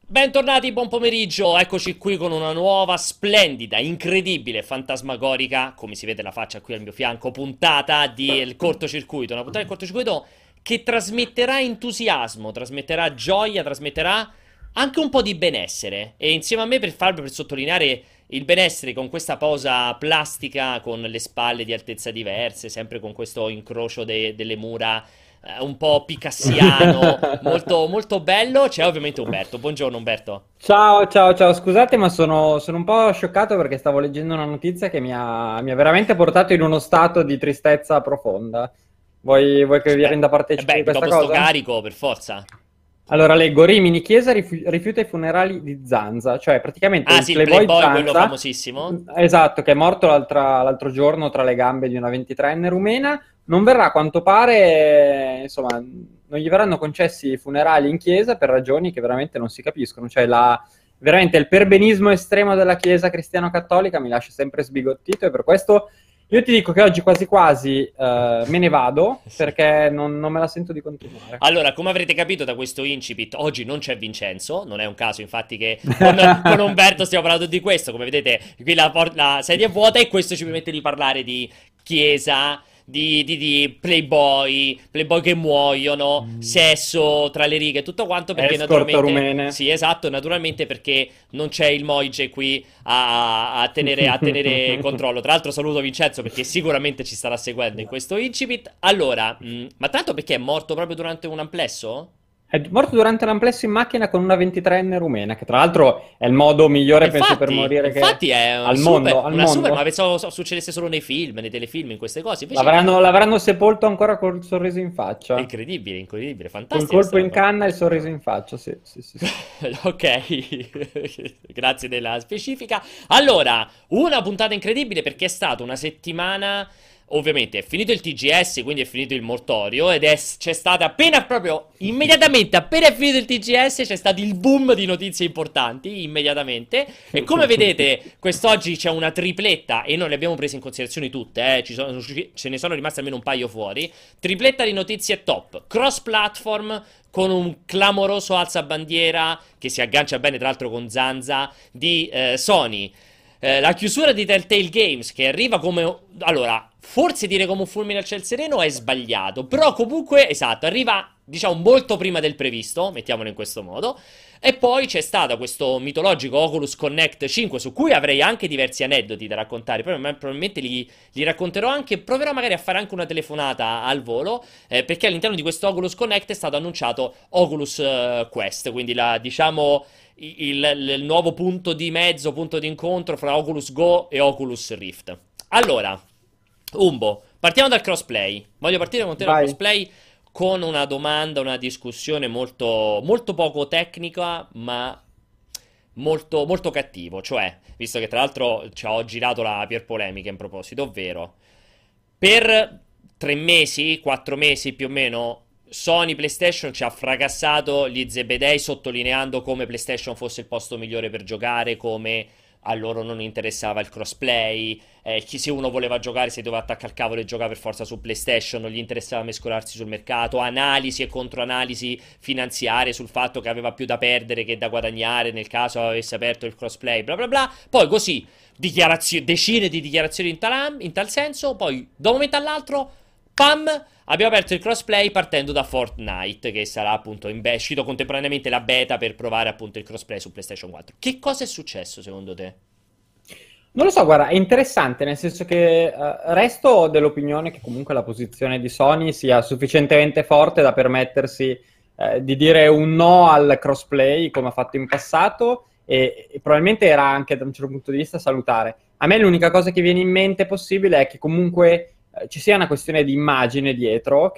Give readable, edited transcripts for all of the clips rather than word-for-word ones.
Bentornati, buon pomeriggio, eccoci qui con una nuova, splendida, incredibile, fantasmagorica, come si vede la faccia qui al mio fianco, puntata del cortocircuito, una puntata del cortocircuito che trasmetterà entusiasmo, trasmetterà gioia, trasmetterà anche un po' di benessere. E insieme a me per sottolineare il benessere con questa posa plastica, con le spalle di altezza diverse, sempre con questo incrocio delle mura un po' picassiano, molto, molto bello. C'è ovviamente Umberto. Buongiorno Umberto. Ciao, ciao, ciao, scusate, ma sono un po' scioccato perché stavo leggendo una notizia che mi ha veramente portato in uno stato di tristezza profonda. Vuoi che vi Beh, renda partecipe di questa dopo sto cosa? carico, per forza. Allora, leggo, Rimini, Chiesa rifiuta i funerali di Zanza, cioè praticamente Ah il sì, il playboy Playboy, quello Zanza, famosissimo. esatto, che è morto l'altro giorno tra le gambe di una 23enne rumena, non verrà a quanto pare, insomma, non gli verranno concessi i funerali in chiesa per ragioni che veramente non si capiscono, cioè veramente il perbenismo estremo della Chiesa cristiano-cattolica mi lascia sempre sbigottito e per questo io ti dico che oggi quasi quasi me ne vado Sì. perché non me la sento di continuare. Allora, come avrete capito da questo incipit, oggi non c'è Vincenzo, non è un caso infatti che con Umberto stiamo parlando di questo, come vedete qui la sedia è vuota e questo ci permette di parlare di chiesa, di playboy, playboy che muoiono, sesso tra le righe, tutto quanto perché Escort naturalmente, rumene. sì esatto, naturalmente perché non c'è il Moige qui a tenere controllo. Tra l'altro saluto Vincenzo perché sicuramente ci starà seguendo in questo incipit. Allora, ma tanto perché è morto proprio durante un amplesso? È morto durante l'amplesso in macchina con una 23enne rumena, che tra l'altro è il modo migliore, penso, per morire che Infatti è al mondo, al una super, ma mondo. pensavo succedesse solo nei film, nei telefilm, in queste cose. Invece L'avranno sepolto ancora col sorriso in è faccia. incredibile, incredibile, Col fantastica questa colpo in roba. canna e il sorriso in faccia, sì, sì, sì, sì. Ok, grazie della specifica. Allora, una puntata incredibile perché è stata una settimana. Ovviamente è finito il TGS, quindi è finito il mortorio ed c'è stata appena proprio immediatamente appena è finito il TGS c'è stato il boom di notizie importanti immediatamente e come vedete quest'oggi c'è una tripletta e non le abbiamo prese in considerazione tutte, ce ne sono rimaste almeno un paio fuori. Tripletta di notizie top, cross platform con un clamoroso alzabandiera che si aggancia bene tra l'altro con Zanza di Sony. La chiusura di Telltale Games che arriva come. Allora, forse dire come un fulmine al ciel sereno è sbagliato, però comunque, esatto, arriva diciamo molto prima del previsto, mettiamolo in questo modo. E poi c'è stato questo mitologico Oculus Connect 5 su cui avrei anche diversi aneddoti da raccontare, poi probabilmente li racconterò anche, proverò magari a fare anche una telefonata al volo, perché all'interno di questo Oculus Connect è stato annunciato Oculus Quest, quindi diciamo il nuovo punto di mezzo, punto di incontro fra Oculus Go e Oculus Rift. Allora, Umbo, partiamo dal crossplay. Voglio partire con te dal Vai. crossplay con una domanda, una discussione molto, molto poco tecnica, ma molto, molto cattivo. Cioè, visto che tra l'altro ci ho girato la pier polemica in proposito, ovvero per 3 mesi, 4 mesi più o meno, Sony PlayStation ci ha fracassato gli zebedei sottolineando come PlayStation fosse il posto migliore per giocare, come a loro non interessava il crossplay, se uno voleva giocare si doveva attaccare al cavolo e giocare per forza su PlayStation, non gli interessava mescolarsi sul mercato, analisi e controanalisi finanziarie sul fatto che aveva più da perdere che da guadagnare nel caso avesse aperto il crossplay, bla bla bla. Poi così, decine di dichiarazioni in tal senso, poi da un momento all'altro, pam, abbiamo aperto il crossplay partendo da Fortnite, che sarà appunto uscito contemporaneamente la beta per provare appunto il crossplay su PlayStation 4. Che cosa è successo secondo te? Non lo so, guarda, è interessante, nel senso che resto dell'opinione che comunque la posizione di Sony sia sufficientemente forte da permettersi di dire un no al crossplay come ha fatto in passato e probabilmente era anche da un certo punto di vista salutare. A me l'unica cosa che viene in mente possibile è che comunque ci sia una questione di immagine dietro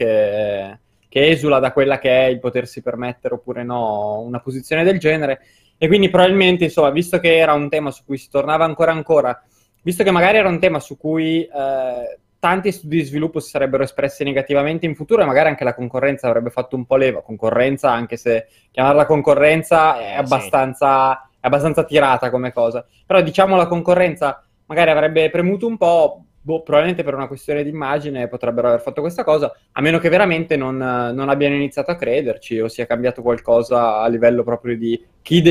che esula da quella che è il potersi permettere oppure no una posizione del genere. E quindi probabilmente, insomma, visto che era un tema su cui si tornava ancora, visto che magari era un tema su cui tanti studi di sviluppo si sarebbero espressi negativamente in futuro e magari anche la concorrenza avrebbe fatto un po' leva, concorrenza, anche se chiamarla concorrenza Sì. è abbastanza tirata come cosa, però diciamo la concorrenza magari avrebbe premuto un po', boh, probabilmente per una questione di immagine potrebbero aver fatto questa cosa, a meno che veramente non abbiano iniziato a crederci o sia cambiato qualcosa a livello proprio di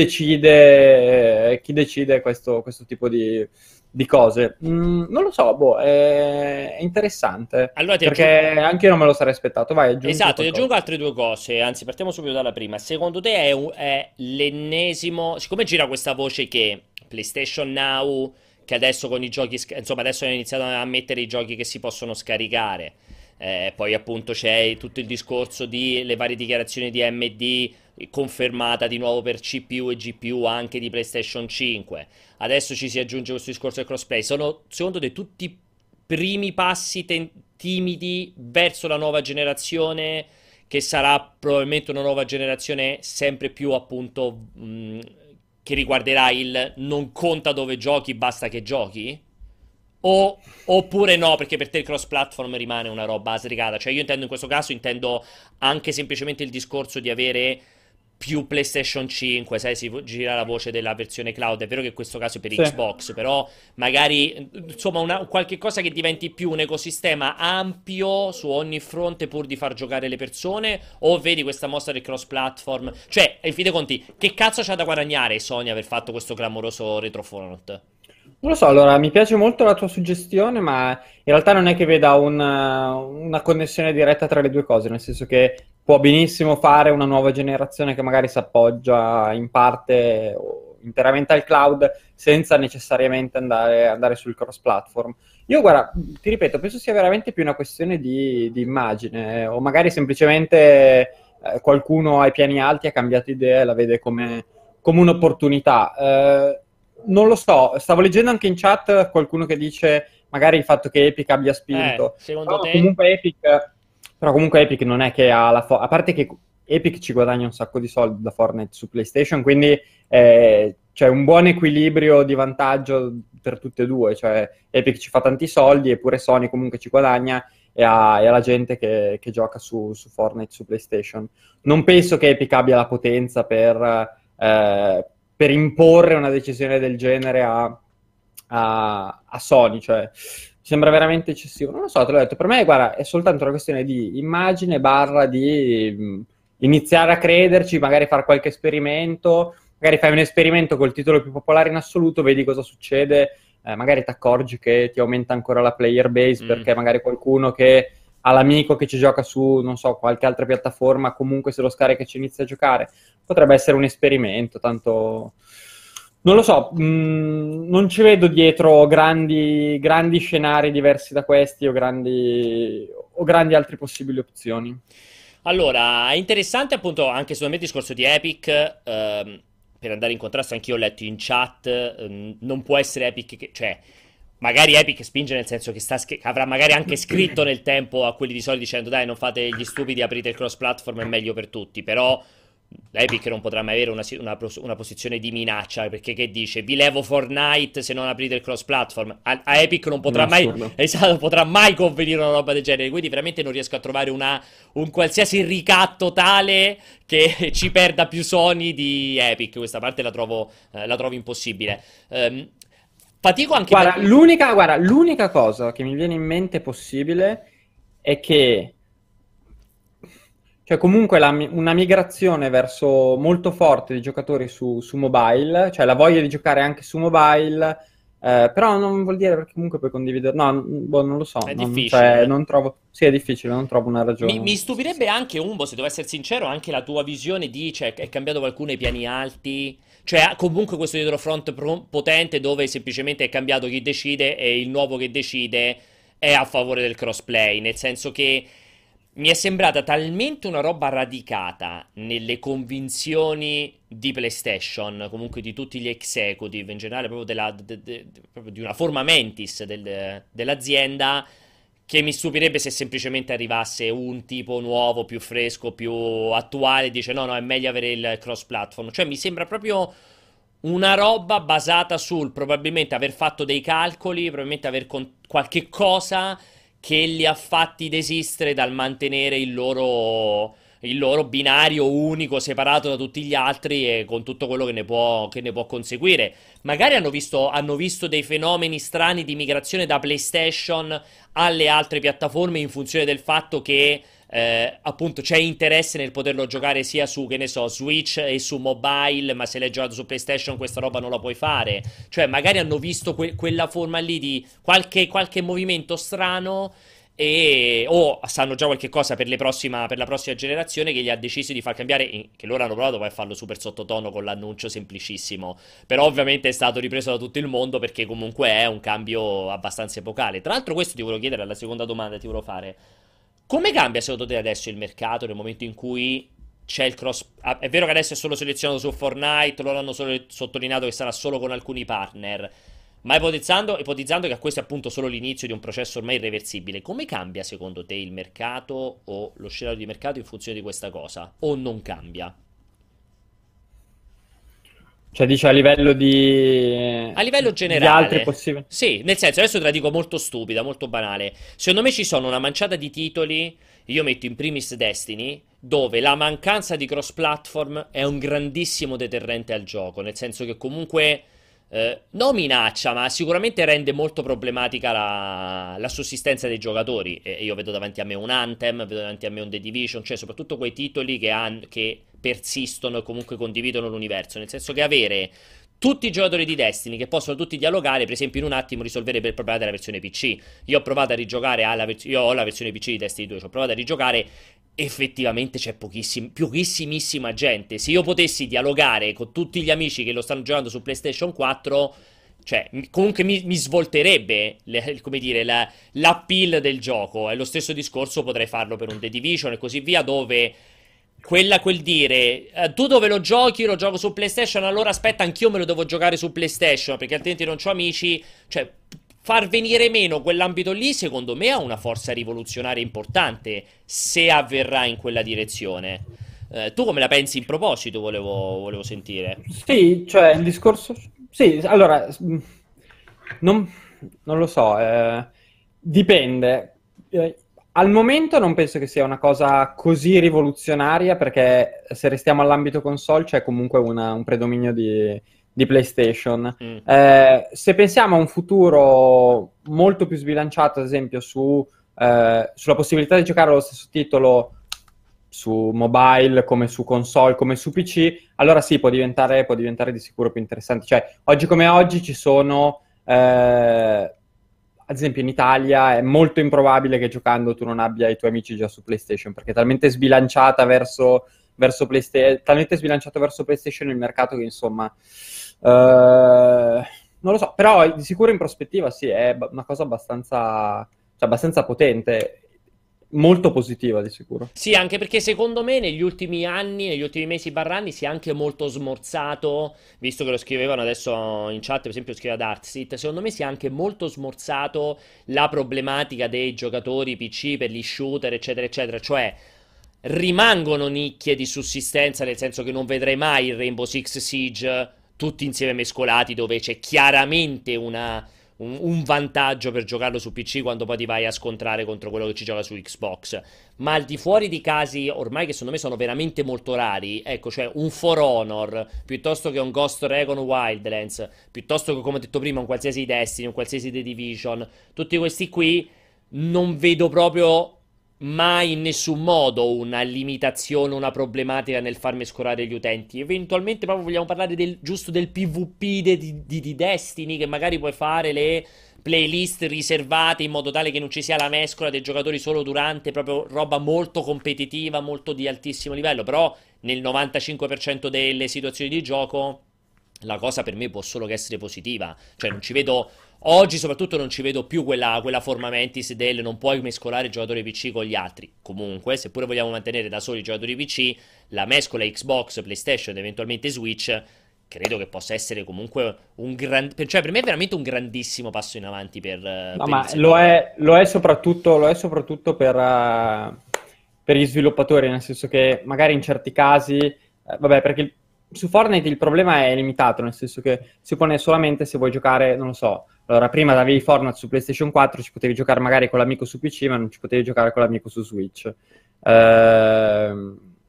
chi decide questo tipo di cose. Non lo so, boh, è interessante, Allora ti perché aggiungo. anche io non me lo sarei aspettato. Vai, aggiungi Esatto, ti qualcosa. aggiungo altre due cose, anzi partiamo subito dalla prima. Secondo te è l'ennesimo, siccome gira questa voce che PlayStation Now, che adesso con i giochi, insomma adesso hanno iniziato a mettere i giochi che si possono scaricare, poi appunto c'è tutto il discorso di le varie dichiarazioni di AMD confermata di nuovo per CPU e GPU anche di PlayStation 5. Adesso ci si aggiunge questo discorso del crossplay. Sono secondo te tutti primi passi timidi verso la nuova generazione, che sarà probabilmente una nuova generazione sempre più appunto che riguarderà il non conta dove giochi, basta che giochi? Oppure no, perché per te il cross platform rimane una roba sregata. Cioè io intendo in questo caso, intendo anche semplicemente il discorso di avere più PlayStation 5, sai, gira la voce della versione cloud. È vero che in questo caso è per Sì. Xbox, però magari, insomma, qualche cosa che diventi più un ecosistema ampio su ogni fronte pur di far giocare le persone, o vedi questa mossa del cross platform? Cioè, in fin dei conti, che cazzo c'ha da guadagnare Sony aver fatto questo clamoroso retrofront? Non lo so, allora mi piace molto la tua suggestione, ma in realtà non è che veda una connessione diretta tra le due cose, nel senso che può benissimo fare una nuova generazione che magari si appoggia in parte o interamente al cloud senza necessariamente andare sul cross-platform. Io, guarda, ti ripeto, penso sia veramente più una questione di immagine, o magari semplicemente qualcuno ha i piani alti, ha cambiato idea e la vede come un'opportunità. Non lo so, stavo leggendo anche in chat qualcuno che dice magari il fatto che Epic abbia spinto, Secondo però te? comunque Epic non è che ha a parte che Epic ci guadagna un sacco di soldi da Fortnite su PlayStation, quindi c'è un buon equilibrio di vantaggio per tutte e due, cioè Epic ci fa tanti soldi eppure Sony comunque ci guadagna e ha la gente che gioca su Fortnite su PlayStation. Non penso che Epic abbia la potenza per imporre una decisione del genere a Sony, cioè sembra veramente eccessivo. Non lo so, te l'ho detto, per me, guarda, è soltanto una questione di immagine barra di iniziare a crederci, magari fare qualche esperimento, magari fai un esperimento col titolo più popolare in assoluto, vedi cosa succede, magari ti accorgi che ti aumenta ancora la player base Mm. perché magari qualcuno che ha l'amico che ci gioca su, non so, qualche altra piattaforma, comunque se lo scarica e ci inizia a giocare. Potrebbe essere un esperimento, tanto. Non lo so, non ci vedo dietro grandi scenari diversi da questi o grandi altre possibili opzioni. Allora, è interessante appunto anche secondo me il discorso di Epic, per andare in contrasto anch'io ho letto in chat, non può essere Epic cioè, magari Epic spinge nel senso che che avrà magari anche scritto nel tempo a quelli di solito dicendo dai non fate gli stupidi, aprite il cross platform, è meglio per tutti, però Epic non potrà mai avere una posizione di minaccia, perché che dice vi levo Fortnite se non aprite il cross platform. A Epic non È potrà mai, assurdo. esatto, potrà mai convenire una roba del genere, quindi veramente non riesco a trovare un qualsiasi ricatto tale che ci perda più Sony di Epic. Questa parte la trovo impossibile. Fatico anche per. Guarda, l'unica cosa che mi viene in mente possibile è che, cioè comunque una migrazione verso molto forte di giocatori su mobile, cioè la voglia di giocare anche su mobile, però non vuol dire perché comunque puoi condividere. No, boh, non lo so, È cioè, difficile. non trovo. Sì, è difficile, non trovo una Mi ragione. stupirebbe anche Umbo, se devo essere sincero, anche la tua visione di, cioè, è cambiato qualcuno ai piani alti, cioè comunque questo dietrofront potente dove semplicemente è cambiato chi decide e il nuovo che decide è a favore del crossplay, nel senso che mi è sembrata talmente una roba radicata nelle convinzioni di PlayStation, comunque di tutti gli executive, in generale proprio, proprio di una forma mentis dell'azienda, che mi stupirebbe se semplicemente arrivasse un tipo nuovo, più fresco, più attuale, e dice no, no, è meglio avere il cross-platform. Cioè mi sembra proprio una roba basata sul probabilmente aver fatto dei calcoli, probabilmente aver qualche cosa che li ha fatti desistere dal mantenere il loro il loro binario unico, separato da tutti gli altri e con tutto quello che ne può conseguire. Magari hanno visto dei fenomeni strani di migrazione da PlayStation alle altre piattaforme in funzione del fatto che appunto c'è interesse nel poterlo giocare sia su, che ne so, Switch e su mobile, ma se l'hai giocato su PlayStation questa roba non la puoi fare. Cioè magari hanno visto quella forma lì di qualche movimento strano o sanno già qualche cosa per per la prossima generazione che gli ha deciso di far cambiare, che loro hanno provato poi a farlo super sottotono con l'annuncio semplicissimo, però ovviamente è stato ripreso da tutto il mondo perché comunque è un cambio abbastanza epocale. Tra l'altro questo ti volevo chiedere, la seconda domanda che ti volevo fare: come cambia secondo te adesso il mercato nel momento in cui c'è il cross... È vero che adesso è solo selezionato su Fortnite, loro hanno solo sottolineato che sarà solo con alcuni partner, ma ipotizzando che questo è appunto solo l'inizio di un processo ormai irreversibile, come cambia secondo te il mercato o lo scenario di mercato in funzione di questa cosa? O non cambia? Cioè, dice a livello di... A livello di altri generale, possibili... sì, nel senso, adesso te la dico molto stupida, molto banale. Secondo me ci sono una manciata di titoli, io metto in primis Destiny, dove la mancanza di cross-platform è un grandissimo deterrente al gioco, nel senso che comunque non minaccia, ma sicuramente rende molto problematica la sussistenza dei giocatori. E io vedo davanti a me un Anthem, vedo davanti a me un The Division, cioè soprattutto quei titoli che persistono e comunque condividono l'universo, nel senso che avere tutti i giocatori di Destiny che possono tutti dialogare, per esempio, in un attimo risolverebbe il problema della versione PC. Io ho provato a rigiocare io ho la versione PC di Destiny 2, ci ho provato a rigiocare, effettivamente c'è pochissimissima gente. Se io potessi dialogare con tutti gli amici che lo stanno giocando su PlayStation 4, cioè, comunque mi svolterebbe, come dire, l'appeal del gioco. E lo stesso discorso potrei farlo per un The Division e così via, dove quel dire, tu dove lo giochi? Io lo gioco su PlayStation, allora aspetta, anch'io me lo devo giocare su PlayStation, perché altrimenti non ho amici. Cioè, far venire meno quell'ambito lì, secondo me, ha una forza rivoluzionaria importante, se avverrà in quella direzione. Tu come la pensi in proposito? Volevo sentire. Sì, cioè il discorso... Sì, allora, non, non lo so, dipende. Al momento non penso che sia una cosa così rivoluzionaria, perché se restiamo all'ambito console c'è comunque un predominio di PlayStation. Mm. Se pensiamo a un futuro molto più sbilanciato, ad esempio, sulla possibilità di giocare allo stesso titolo su mobile, come su console, come su PC, allora sì, può diventare di sicuro più interessante. Cioè, oggi come oggi ci sono, ad esempio in Italia, è molto improbabile che giocando tu non abbia i tuoi amici già su PlayStation, perché è talmente sbilanciata verso PlayStation, talmente sbilanciato verso PlayStation il mercato che insomma... non lo so, però di sicuro in prospettiva sì, è una cosa abbastanza potente, molto positiva di sicuro. Sì, anche perché secondo me negli ultimi anni, negli ultimi mesi barrani si è anche molto smorzato, visto che lo scrivevano adesso in chat, per esempio scriveva Darkseid, secondo me si è anche molto smorzato la problematica dei giocatori PC per gli shooter, eccetera, eccetera, cioè rimangono nicchie di sussistenza, nel senso che non vedrai mai il Rainbow Six Siege tutti insieme mescolati, dove c'è chiaramente un vantaggio per giocarlo su PC quando poi ti vai a scontrare contro quello che ci gioca su Xbox. Ma al di fuori di casi ormai che secondo me sono veramente molto rari, ecco, cioè un For Honor piuttosto che un Ghost Recon Wildlands, piuttosto che, come ho detto prima, un qualsiasi Destiny, un qualsiasi The Division, tutti questi qui non vedo proprio mai in nessun modo una limitazione, una problematica nel far mescolare gli utenti. Eventualmente proprio vogliamo parlare giusto del PvP di Destiny, che magari puoi fare le playlist riservate in modo tale che non ci sia la mescola dei giocatori solo durante, proprio roba molto competitiva, molto di altissimo livello, però nel 95% delle situazioni di gioco la cosa per me può solo che essere positiva. Cioè non ci vedo, oggi soprattutto non ci vedo più quella forma mentis del non puoi mescolare i giocatori PC con gli altri. Comunque, seppure vogliamo mantenere da soli i giocatori PC, la mescola Xbox, PlayStation ed eventualmente Switch credo che possa essere comunque cioè per me è veramente un grandissimo passo in avanti No, per il ma settore. lo è soprattutto per gli sviluppatori, nel senso che magari in certi casi, vabbè, perché su Fortnite il problema è limitato, nel senso che si pone solamente se vuoi giocare, non lo so, allora prima avevi Fortnite su PlayStation 4, ci potevi giocare magari con l'amico su PC, ma non ci potevi giocare con l'amico su Switch.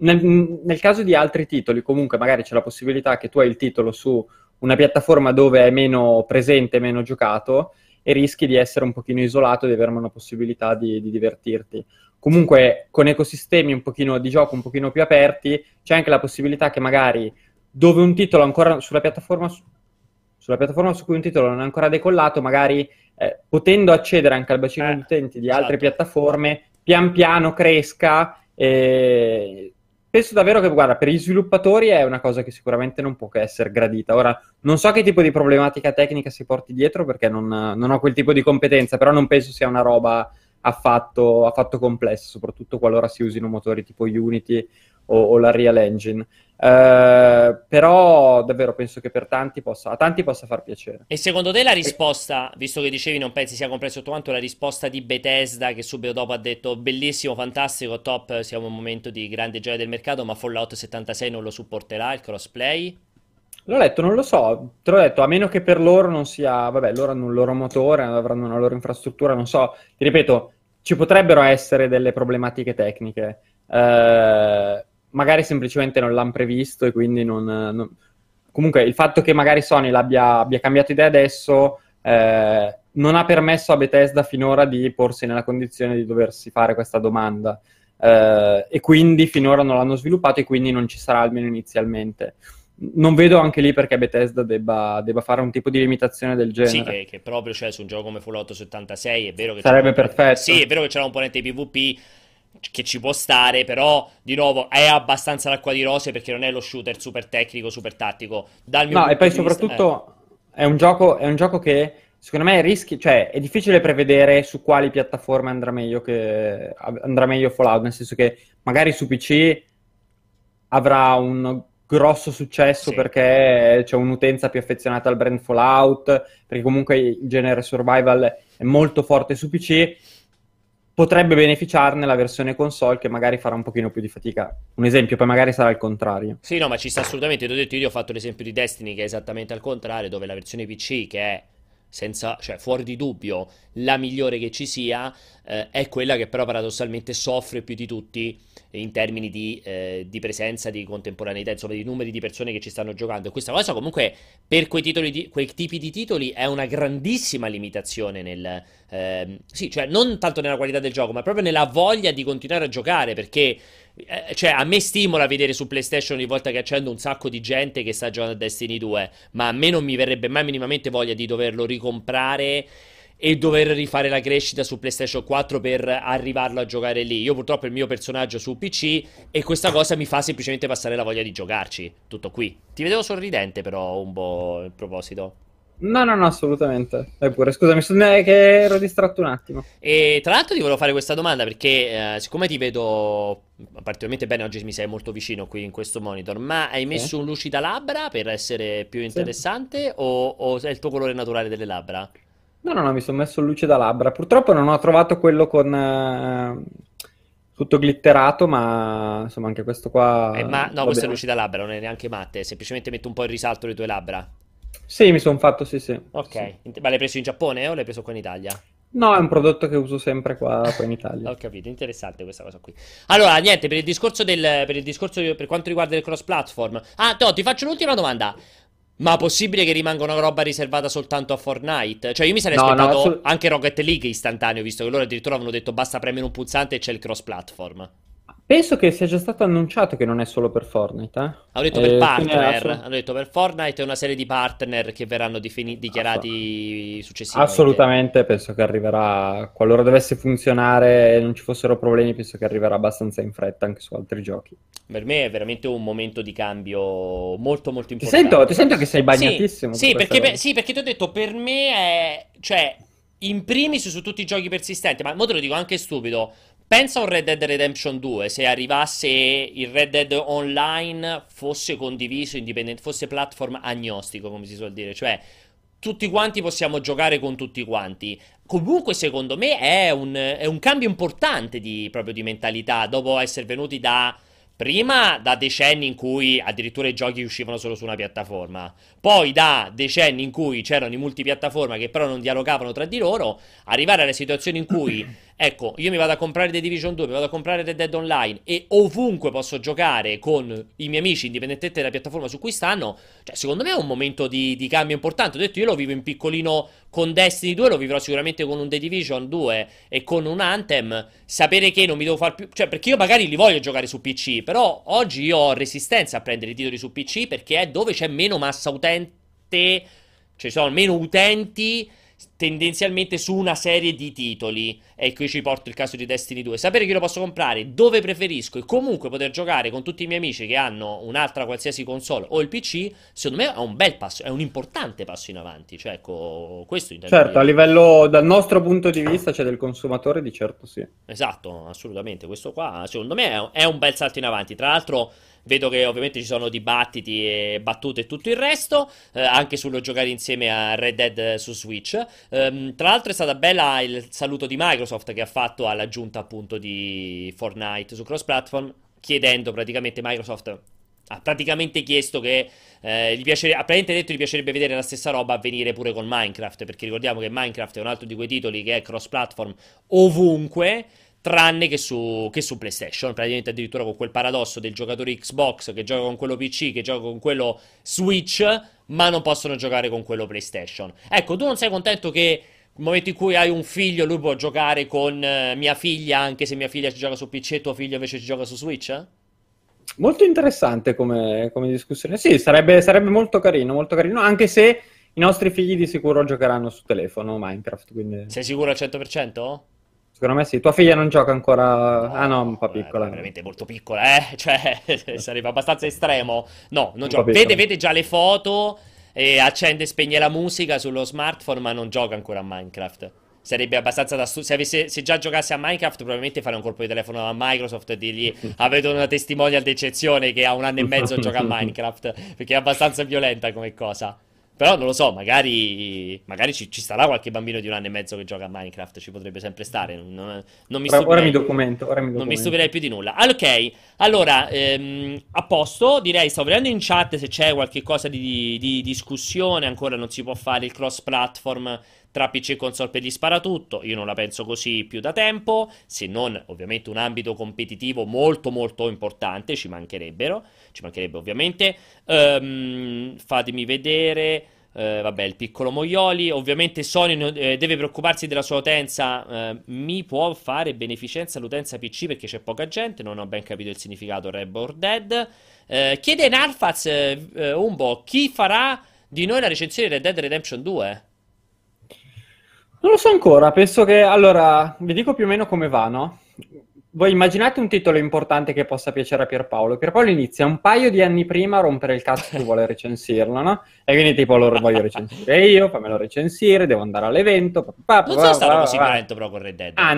nel caso di altri titoli, comunque magari c'è la possibilità che tu hai il titolo su una piattaforma dove è meno presente, meno giocato, e rischi di essere un pochino isolato e di avere una possibilità di divertirti. Comunque, con ecosistemi un pochino di gioco un pochino più aperti, c'è anche la possibilità che magari dove un titolo ancora sulla piattaforma su cui un titolo non è ancora decollato, magari potendo accedere anche al bacino di utenti di altre esatto. piattaforme, pian piano cresca. Penso davvero che, guarda, per gli sviluppatori è una cosa che sicuramente non può che essere gradita. Ora, non so che tipo di problematica tecnica si porti dietro perché non ho quel tipo di competenza, però non penso sia una roba affatto complessa, soprattutto qualora si usino motori tipo Unity o la Real Engine. Però davvero penso che a tanti possa far piacere. E secondo te la risposta, visto che dicevi non pensi sia complesso tutto quanto, la risposta di Bethesda che subito dopo ha detto bellissimo, fantastico, top, siamo in un momento di grande gioia del mercato, ma Fallout 76 non lo supporterà, il crossplay? L'ho letto, non lo so, te l'ho detto, a meno che per loro non sia, vabbè, loro hanno un loro motore, avranno una loro infrastruttura, non so, ti ripeto, ci potrebbero essere delle problematiche tecniche, magari semplicemente non l'hanno previsto e quindi comunque il fatto che magari Sony abbia cambiato idea adesso non ha permesso a Bethesda finora di porsi nella condizione di doversi fare questa domanda, e quindi finora non l'hanno sviluppato e quindi non ci sarà almeno inizialmente. Non vedo anche lì perché Bethesda debba fare un tipo di limitazione del Sì, genere. che proprio, cioè, su un gioco come Fallout 76 è vero che c'è una Sarebbe componente... Sì, perfetto. è vero che c'è una componente PvP che ci può stare, però, di nuovo, è abbastanza l'acqua di rose perché non è lo shooter super tecnico, super tattico. Dal mio No, e punto poi di vista... soprattutto è un gioco che secondo me cioè è difficile prevedere su quali piattaforme andrà meglio Fallout, nel senso che magari su PC avrà un grosso successo Sì. perché c'è un'utenza più affezionata al brand Fallout, perché comunque il genere survival è molto forte su PC, potrebbe beneficiarne la versione console che magari farà un pochino più di fatica. Un esempio, poi magari sarà il contrario. Sì, no, ma ci sta assolutamente. Ti ho detto, io ho fatto l'esempio di Destiny che è esattamente al contrario, dove la versione PC, che è senza, cioè fuori di dubbio la migliore che ci sia, è quella che però paradossalmente soffre più di tutti in termini di presenza, di contemporaneità, insomma di numeri di persone che ci stanno giocando. E questa cosa comunque per quei tipi di titoli è una grandissima limitazione sì, cioè non tanto nella qualità del gioco, ma proprio nella voglia di continuare a giocare, perché cioè, a me stimola vedere su PlayStation ogni volta che accendo un sacco di gente che sta giocando a Destiny 2, ma a me non mi verrebbe mai minimamente voglia di doverlo ricomprare e dover rifare la crescita su PlayStation 4 per arrivarlo a giocare lì. Io purtroppo il mio personaggio su PC e questa cosa mi fa semplicemente passare la voglia di giocarci. Tutto qui. Ti vedevo sorridente però un po' in proposito. No, no, no, assolutamente. Vai pure, scusami, è che ero distratto un attimo. E tra l'altro ti volevo fare questa domanda perché siccome ti vedo particolarmente bene, oggi mi sei molto vicino qui in questo monitor, ma hai Sì, messo un lucida labbra per essere più sì. interessante o è il tuo colore naturale delle labbra? No, no, no, mi sono messo luce da labbra. Purtroppo non ho trovato quello con tutto glitterato, ma insomma anche questo qua Ma no, va questo è bene. lucida labbra, non è neanche matte, semplicemente metto un po' in risalto le tue labbra. Sì, mi sono fatto, sì, sì, Ok, sì, sì. ma l'hai preso in Giappone o l'hai preso qua in Italia? No, è un prodotto che uso sempre qua in Italia. Ho capito, interessante questa cosa qui. Allora, niente, per quanto riguarda il cross platform. Ah, no, ti faccio un'ultima domanda. Ma possibile che rimanga una roba riservata soltanto a Fortnite? Cioè, io mi sarei No, no, aspettato anche Rocket League istantaneo, visto che loro addirittura avevano detto basta premere un pulsante e c'è il cross platform. penso che sia già stato annunciato che non è solo per Fortnite, Hanno detto per quindi partner, hanno detto per Fortnite e una serie di partner che verranno ass- dichiarati successivamente. assolutamente penso che arriverà, qualora dovesse funzionare e non ci fossero problemi, penso che arriverà abbastanza in fretta anche su altri giochi. Per me è veramente un momento di cambio molto molto Ti importante. sento che sei Sì, bagnatissimo per questa roba. sì, perché ti ho detto, per me è... Cioè, in primis su tutti i giochi persistenti, ma mo te lo dico anche stupido. Pensa a un Red Dead Redemption 2, se arrivasse il Red Dead Online fosse condiviso, indipendente, fosse platform agnostico, come si suol dire, cioè tutti quanti possiamo giocare con tutti quanti. Comunque, secondo me, è un cambio importante proprio di mentalità, dopo essere venuti prima da decenni in cui addirittura i giochi uscivano solo su una piattaforma, poi da decenni in cui c'erano i multipiattaforma che però non dialogavano tra di loro, arrivare alle situazioni in cui ecco, io mi vado a comprare The Division 2, mi vado a comprare Red Dead Online e ovunque posso giocare con i miei amici, indipendentemente dalla piattaforma su cui stanno, cioè secondo me è un momento di cambio importante. Ho detto, io lo vivo in piccolino con Destiny 2, lo vivrò sicuramente con un The Division 2 e con un Anthem. Sapere che non mi devo far più, cioè perché io magari li voglio giocare su PC, però oggi io ho resistenza a prendere i titoli su PC perché è dove c'è meno massa utente, cioè ci sono meno utenti tendenzialmente su una serie di titoli. E qui ci porto il caso di Destiny 2. Sapere che lo posso comprare dove preferisco e comunque poter giocare con tutti i miei amici che hanno un'altra qualsiasi console o il PC, secondo me è un bel passo, è un importante passo in avanti. Cioè, ecco, questo intendo Certo, a dire. livello, dal nostro punto di vista, cioè del consumatore, di certo sì. Esatto, assolutamente. Questo qua, secondo me, è un bel salto in avanti. Tra l'altro, vedo che ovviamente ci sono dibattiti e battute e tutto il resto, anche sullo giocare insieme a Red Dead su Switch. Tra l'altro è stata bella il saluto di Microsoft che ha fatto all'aggiunta appunto di Fortnite su cross-platform, chiedendo praticamente Microsoft ha praticamente chiesto che gli piacerebbe, ha praticamente detto che gli piacerebbe vedere la stessa roba avvenire pure con Minecraft, perché ricordiamo che Minecraft è un altro di quei titoli che è cross-platform ovunque, tranne che su PlayStation, praticamente addirittura con quel paradosso del giocatore Xbox che gioca con quello PC, che gioca con quello Switch, ma non possono giocare con quello PlayStation. Ecco, tu non sei contento che nel momento in cui hai un figlio lui può giocare con mia figlia, anche se mia figlia ci gioca su PC e tuo figlio invece ci gioca su Switch? Molto interessante come discussione. Sì, sarebbe molto carino, anche se i nostri figli di sicuro giocheranno su telefono Minecraft, quindi Sei sicuro al 100%? secondo me sì. Tua figlia non gioca ancora... Ah no, un No, po' è piccola. veramente molto piccola, eh? Cioè, sarebbe abbastanza estremo. No, non Un po' gioca. piccola. Vede già le foto, e accende e spegne la musica sullo smartphone, ma non gioca ancora a Minecraft. Sarebbe abbastanza da se già giocasse a Minecraft, probabilmente fare un colpo di telefono a Microsoft e dirgli avete una testimonial d'eccezione che ha un anno e mezzo gioca a Minecraft, perché è abbastanza violenta come cosa. Però non lo so, magari ci sarà qualche bambino di un anno e mezzo che gioca a Minecraft, ci potrebbe sempre stare, non mi Ora mi stupirei. documento, ora mi Non mi documento. stupirei più di nulla. Ok, allora, a posto, direi, stavo vedendo in chat se c'è qualche cosa di discussione, ancora non si può fare il cross-platform tra PC e console per gli sparatutto, io non la penso così più da tempo, se non ovviamente un ambito competitivo molto molto importante, ci mancherebbe ovviamente. Fatemi vedere. Vabbè, il piccolo Moioli. Ovviamente Sony deve preoccuparsi della sua utenza. Mi può fare beneficenza l'utenza PC perché c'è poca gente. Non ho ben capito il significato Red or Dead. Chiede Narfaz Umbo, chi farà di noi la recensione di Red Dead Redemption 2? Non lo so ancora, penso che... Allora, vi dico più o meno come va, no? Voi immaginate un titolo importante che possa piacere a Pierpaolo. Pierpaolo inizia un paio di anni prima a rompere il cazzo che vuole recensirlo, no? E quindi tipo lo voglio recensire io, fammelo recensire, devo andare all'evento. Non sono stato così violento però con Red Dead.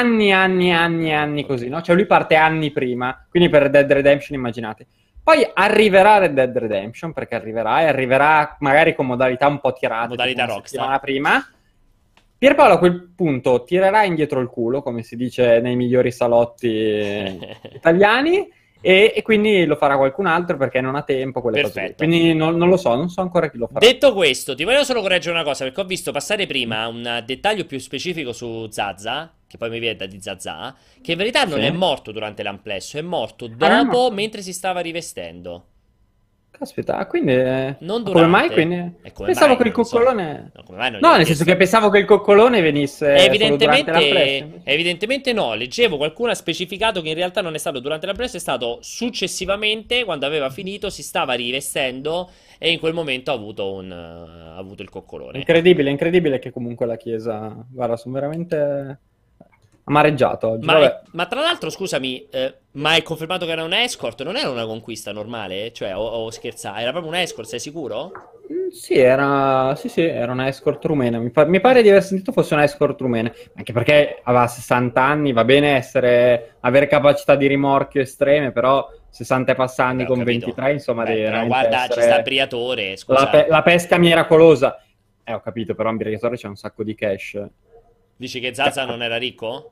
Anni così, no? Cioè lui parte anni prima, quindi per Red Dead Redemption immaginate. Poi arriverà Red Dead Redemption, perché arriverà, e arriverà magari con modalità un po' tirate, tipo Modalità una settimana Rockstar. prima. Pierpaolo a quel punto tirerà indietro il culo, come si dice nei migliori salotti italiani, e quindi lo farà qualcun altro perché non ha tempo, quelle cose lì. Perfetto. Quindi non lo so, non so ancora chi lo farà. Detto questo, ti voglio solo correggere una cosa, perché ho visto passare prima un dettaglio più specifico su Zaza, che poi mi viene da di Zaza, che in verità non Sì. è morto durante l'amplesso, è morto Ah, non è dopo, morto. mentre si stava rivestendo. Caspita, quindi... Non ma come mai? durante. Quindi... E come Pensavo mai? che il Non lo so. coccolone... No, come mai non No, gliel'ha nel senso chiesto? che pensavo che il coccolone venisse solo durante l'amplesso. Evidentemente no, leggevo qualcuno ha specificato che in realtà non è stato durante la presa, è stato successivamente, quando aveva finito, si stava rivestendo e in quel momento ha avuto il coccolone. Incredibile che comunque la Chiesa... Guarda, sono veramente amareggiato oggi. Vabbè. Ma tra l'altro, scusami, ma è confermato che era un escort? Non era una conquista normale? Cioè, o scherza, era proprio un escort, sei sicuro? Sì, era una escort rumena. Mi pare di aver sentito fosse una escort rumena. Anche perché aveva 60 anni, va bene avere capacità di rimorchio estreme, però 60 e passanni Ho con capito. 23, insomma, Beh, devi però veramente guarda, ci sta il Briatore, la, scusa. la pesca miracolosa. Ho capito, però in Briatore c'è un sacco di cash. Dici che Zaza non era ricco?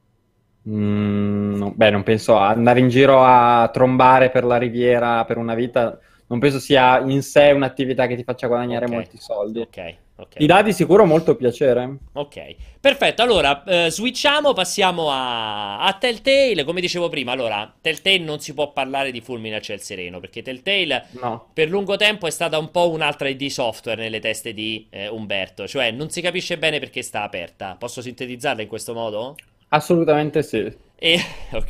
Beh, non penso andare in giro a trombare per la riviera per una vita, non penso sia in sé un'attività che ti faccia guadagnare Ok, molti soldi. ok. Ok. Ti dà di sicuro molto piacere. Ok, perfetto. Allora, switchiamo, passiamo a Telltale. Come dicevo prima, allora, Telltale non si può parlare di fulmine a ciel sereno, perché Telltale No. per lungo tempo è stata un po' un'altra ID Software nelle teste di Umberto, cioè non si capisce bene perché sta aperta. Posso sintetizzarla in questo modo? Assolutamente sì. E, ok,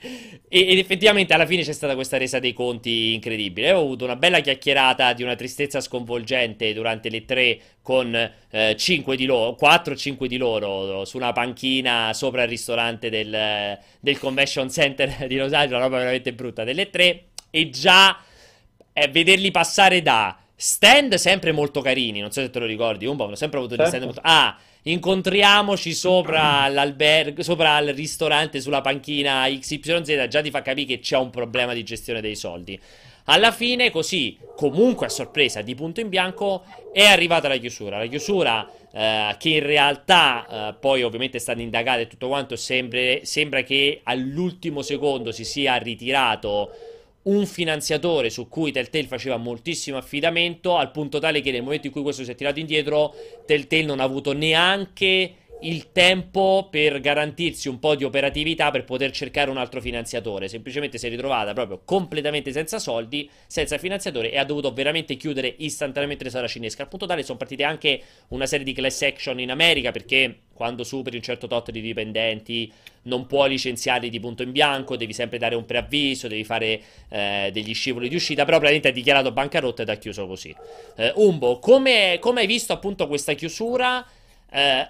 ed effettivamente alla fine c'è stata questa resa dei conti incredibile. Ho avuto una bella chiacchierata di una tristezza sconvolgente durante le tre con 5 di loro, 4-5 di loro su una panchina sopra il ristorante del Convention Center di Los Angeles, una roba veramente brutta delle tre. E già vederli passare da stand sempre molto carini, non so se te lo ricordi, un po', hanno sempre avuto degli stand Certo. molto... Ah, incontriamoci sopra l'albergo, sopra il ristorante, sulla panchina XYZ, già ti fa capire che c'è un problema di gestione dei soldi. Alla fine, così, comunque a sorpresa, di punto in bianco, è arrivata la chiusura. La chiusura, che in realtà, poi ovviamente è stata indagata e tutto quanto, sembra che all'ultimo secondo si sia ritirato un finanziatore su cui Telltale faceva moltissimo affidamento, al punto tale che nel momento in cui questo si è tirato indietro, Telltale non ha avuto neanche il tempo per garantirsi un po' di operatività per poter cercare un altro finanziatore. Semplicemente si è ritrovata proprio completamente senza soldi, senza finanziatore, e ha dovuto veramente chiudere istantaneamente le sala cinesche. Al punto tale sono partite anche una serie di class action in America, perché quando superi un certo tot di dipendenti non puoi licenziarli di punto in bianco, devi sempre dare un preavviso, devi fare degli scivoli di uscita, però praticamente ha dichiarato bancarotta ed ha chiuso così. Umbo, come hai visto appunto questa chiusura? Eh,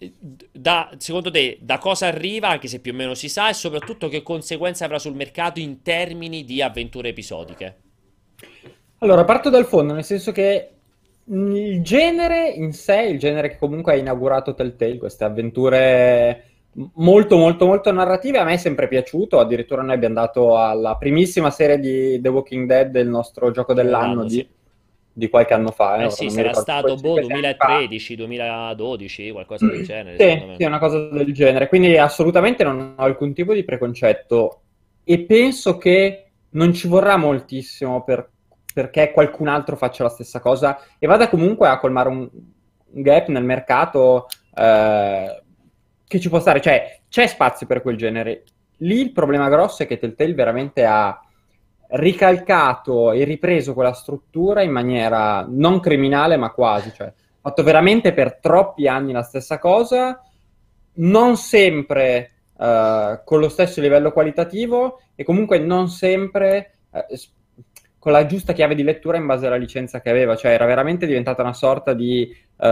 Secondo te da cosa arriva, anche se più o meno si sa, e soprattutto che conseguenze avrà sul mercato in termini di avventure episodiche? Allora, parto dal fondo, nel senso che il genere in sé, il genere che comunque ha inaugurato Telltale, queste avventure molto molto molto narrative, a me è sempre piaciuto. Addirittura noi abbiamo dato alla primissima serie di The Walking Dead il nostro gioco Gioco dell'anno dell'anno, sì. di qualche anno fa, Eh ora sì, non mi sarà ricordo, stato boh 5-6 anni fa. 2013, 2012, qualcosa del genere, secondo Sì, me. sì, una cosa del genere. Quindi assolutamente non ho alcun tipo di preconcetto e penso che non ci vorrà moltissimo perché qualcun altro faccia la stessa cosa e vada comunque a colmare un gap nel mercato che ci può stare. Cioè, c'è spazio per quel genere. Lì il problema grosso è che Telltale veramente ha ricalcato e ripreso quella struttura in maniera non criminale, ma quasi. Cioè, fatto veramente per troppi anni la stessa cosa, non sempre con lo stesso livello qualitativo e comunque non sempre con la giusta chiave di lettura in base alla licenza che aveva, cioè era veramente diventata una sorta di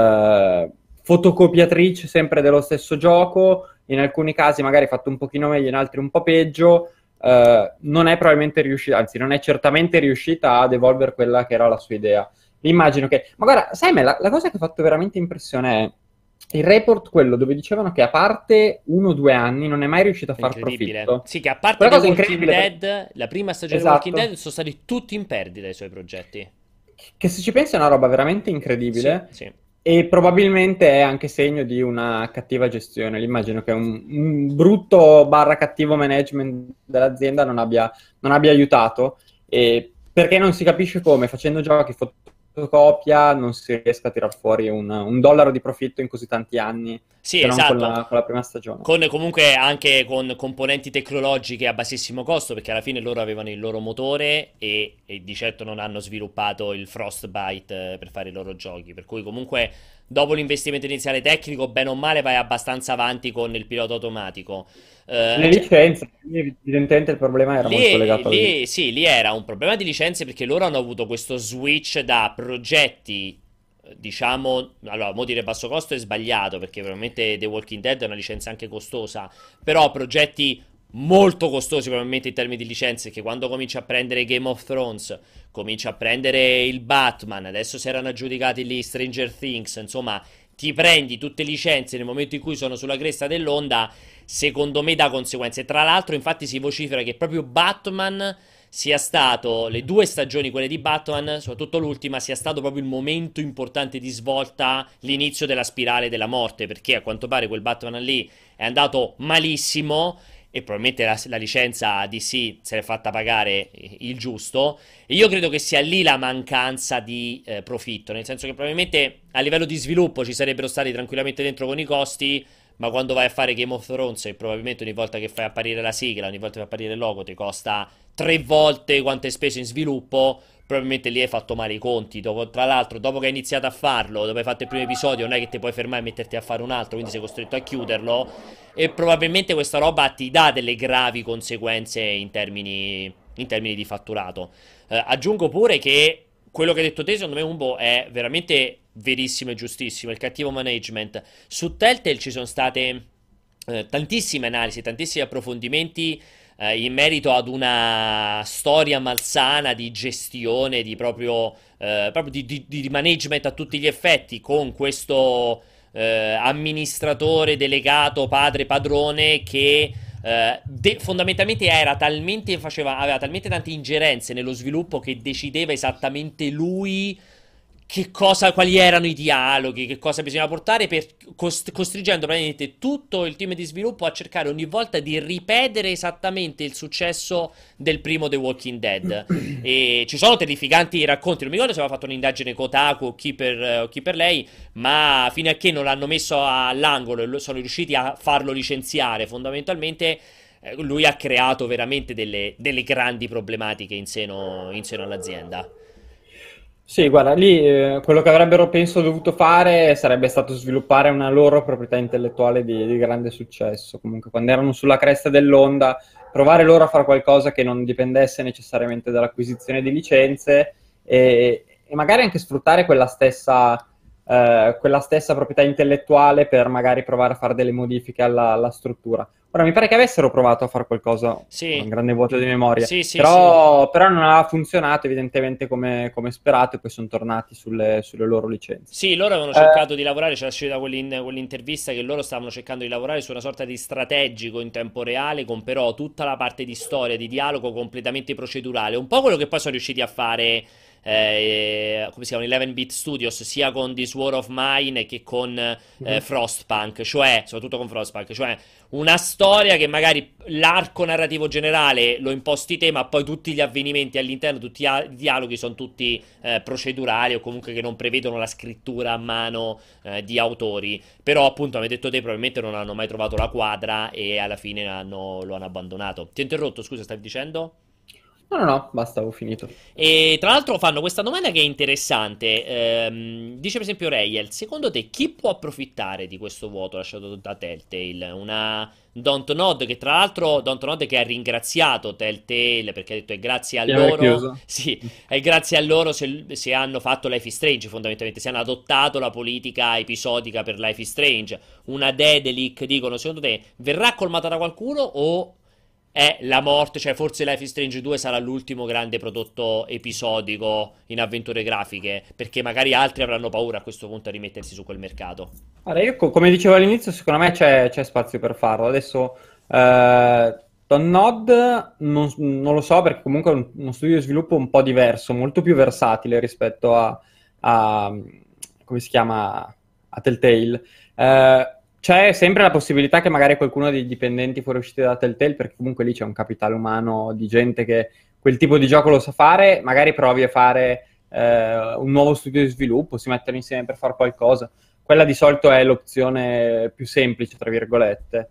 fotocopiatrice sempre dello stesso gioco, in alcuni casi magari fatto un pochino meglio, in altri un po' peggio. Non è probabilmente riuscita, anzi non è certamente riuscita ad evolvere quella che era la sua idea. Immagino che... Ma guarda, sai me, la cosa che ha fatto veramente impressione è il report, quello dove dicevano che a parte 1 o 2 anni non è mai riuscito a far Incredibile. profitto. Sì, che a parte Quella The cosa è Walking incredibile. Dead, la prima stagione di Walking Dead Esatto. sono stati tutti in perdita i suoi progetti. Che se ci pensi è una roba veramente Sì, incredibile sì. e probabilmente è anche segno di una cattiva gestione. Immagino che un brutto barra cattivo management dell'azienda non abbia aiutato, e perché non si capisce come facendo giochi fotocopia non si riesca a tirar fuori un dollaro di profitto in così tanti anni, Sì, se non con esatto. la prima stagione. Con comunque anche con componenti tecnologiche a bassissimo costo, perché alla fine loro avevano il loro motore e di certo non hanno sviluppato il Frostbite per fare i loro giochi. Per cui comunque dopo l'investimento iniziale tecnico, bene o male, vai abbastanza avanti con il pilota automatico. Le Cioè, licenze, evidentemente il problema era molto legato alle licenze. Sì, lì era un problema di licenze perché loro hanno avuto questo switch da progetti, diciamo, allora, mo dire basso costo è sbagliato perché veramente The Walking Dead è una licenza anche costosa, però progetti molto costosi probabilmente in termini di licenze, che quando cominci a prendere Game of Thrones, cominci a prendere il Batman, adesso si erano aggiudicati lì Stranger Things, insomma, ti prendi tutte licenze nel momento in cui sono sulla cresta dell'onda, secondo me dà conseguenze. Tra l'altro, infatti, si vocifera che proprio Batman sia stato, le due stagioni, quelle di Batman, soprattutto l'ultima, sia stato proprio il momento importante di svolta, l'inizio della spirale della morte, perché a quanto pare quel Batman lì è andato malissimo e probabilmente la licenza DC se l'è fatta pagare il giusto. E io credo che sia lì la mancanza di profitto, nel senso che probabilmente a livello di sviluppo ci sarebbero stati tranquillamente dentro con i costi, ma quando vai a fare Game of Thrones e probabilmente ogni volta che fai apparire la sigla, ogni volta che fai apparire il logo ti costa 3 volte quanto hai speso in sviluppo, probabilmente lì hai fatto male i conti. Tra l'altro, dopo che hai iniziato a farlo, dopo hai fatto il primo episodio, non è che ti puoi fermare e metterti a fare un altro, quindi sei costretto a chiuderlo. E probabilmente questa roba ti dà delle gravi conseguenze in termini di fatturato. Aggiungo pure che quello che hai detto te, secondo me, Umbo, è veramente verissimo e giustissimo. Il cattivo management. Su Telltale ci sono state tantissime analisi, tantissimi approfondimenti in merito ad una storia malsana di gestione, di proprio di management a tutti gli effetti, con questo amministratore delegato, padre padrone, che fondamentalmente aveva talmente tante ingerenze nello sviluppo che decideva esattamente lui quali erano i dialoghi, che cosa bisognava portare, costringendo praticamente tutto il team di sviluppo a cercare ogni volta di ripetere esattamente il successo del primo The Walking Dead. E ci sono terrificanti racconti, non mi ricordo se aveva fatto un'indagine Kotaku o chi per lei, ma fino a che non l'hanno messo all'angolo e sono riusciti a farlo licenziare, fondamentalmente lui ha creato veramente delle grandi problematiche in seno all'azienda. Sì, guarda, lì quello che avrebbero, penso, dovuto fare sarebbe stato sviluppare una loro proprietà intellettuale di grande successo. Comunque, quando erano sulla cresta dell'onda, provare loro a fare qualcosa che non dipendesse necessariamente dall'acquisizione di licenze e magari anche sfruttare quella stessa proprietà intellettuale per magari provare a fare delle modifiche alla struttura. Ora, mi pare che avessero provato a fare qualcosa, un Sì, grande vuoto di memoria, sì, sì, sì. però non aveva funzionato evidentemente come sperato e poi sono tornati sulle loro licenze. Sì, loro avevano Eh, cercato di lavorare, c'era uscita quell'intervista che loro stavano cercando di lavorare su una sorta di strategico in tempo reale, con però tutta la parte di storia, di dialogo completamente procedurale. Un po' quello che poi sono riusciti a fare, come si chiama, 11-bit Studios, sia con This War of Mine che con mhm. Frostpunk, cioè, soprattutto con Frostpunk, cioè una storia che magari l'arco narrativo generale lo imposti te, ma poi tutti gli avvenimenti all'interno, tutti i dialoghi sono tutti procedurali o comunque che non prevedono la scrittura a mano di autori. Però, appunto, come hai detto te, probabilmente non hanno mai trovato la quadra e alla fine lo hanno abbandonato. Ti ho interrotto, scusa, stavi dicendo? No, no, no, basta, ho finito. E tra l'altro fanno questa domanda che è interessante. Dice per esempio Rayel, secondo te chi può approfittare di questo vuoto lasciato da Telltale? Una Dontnod che tra l'altro Dontnod che ha ringraziato Telltale perché ha detto è grazie a Di aver loro, chiuso. sì, è grazie a loro se hanno fatto Life is Strange fondamentalmente, se hanno adottato la politica episodica per Life is Strange. Una Dedelic, dicono, secondo te verrà colmata da qualcuno o è la morte, cioè forse Life is Strange 2 sarà l'ultimo grande prodotto episodico in avventure grafiche, perché magari altri avranno paura a questo punto a rimettersi su quel mercato. Allora, io come dicevo all'inizio, secondo me c'è spazio per farlo. Adesso, Don Nod non lo so perché comunque è uno studio di sviluppo un po' diverso, molto più versatile rispetto a- come si chiama, a Telltale. C'è sempre la possibilità che magari qualcuno dei dipendenti fuoriusciti da Telltale, perché comunque lì c'è un capitale umano di gente che quel tipo di gioco lo sa fare, magari provi a fare un nuovo studio di sviluppo, si mettono insieme per fare qualcosa. Quella di solito è l'opzione più semplice, tra virgolette.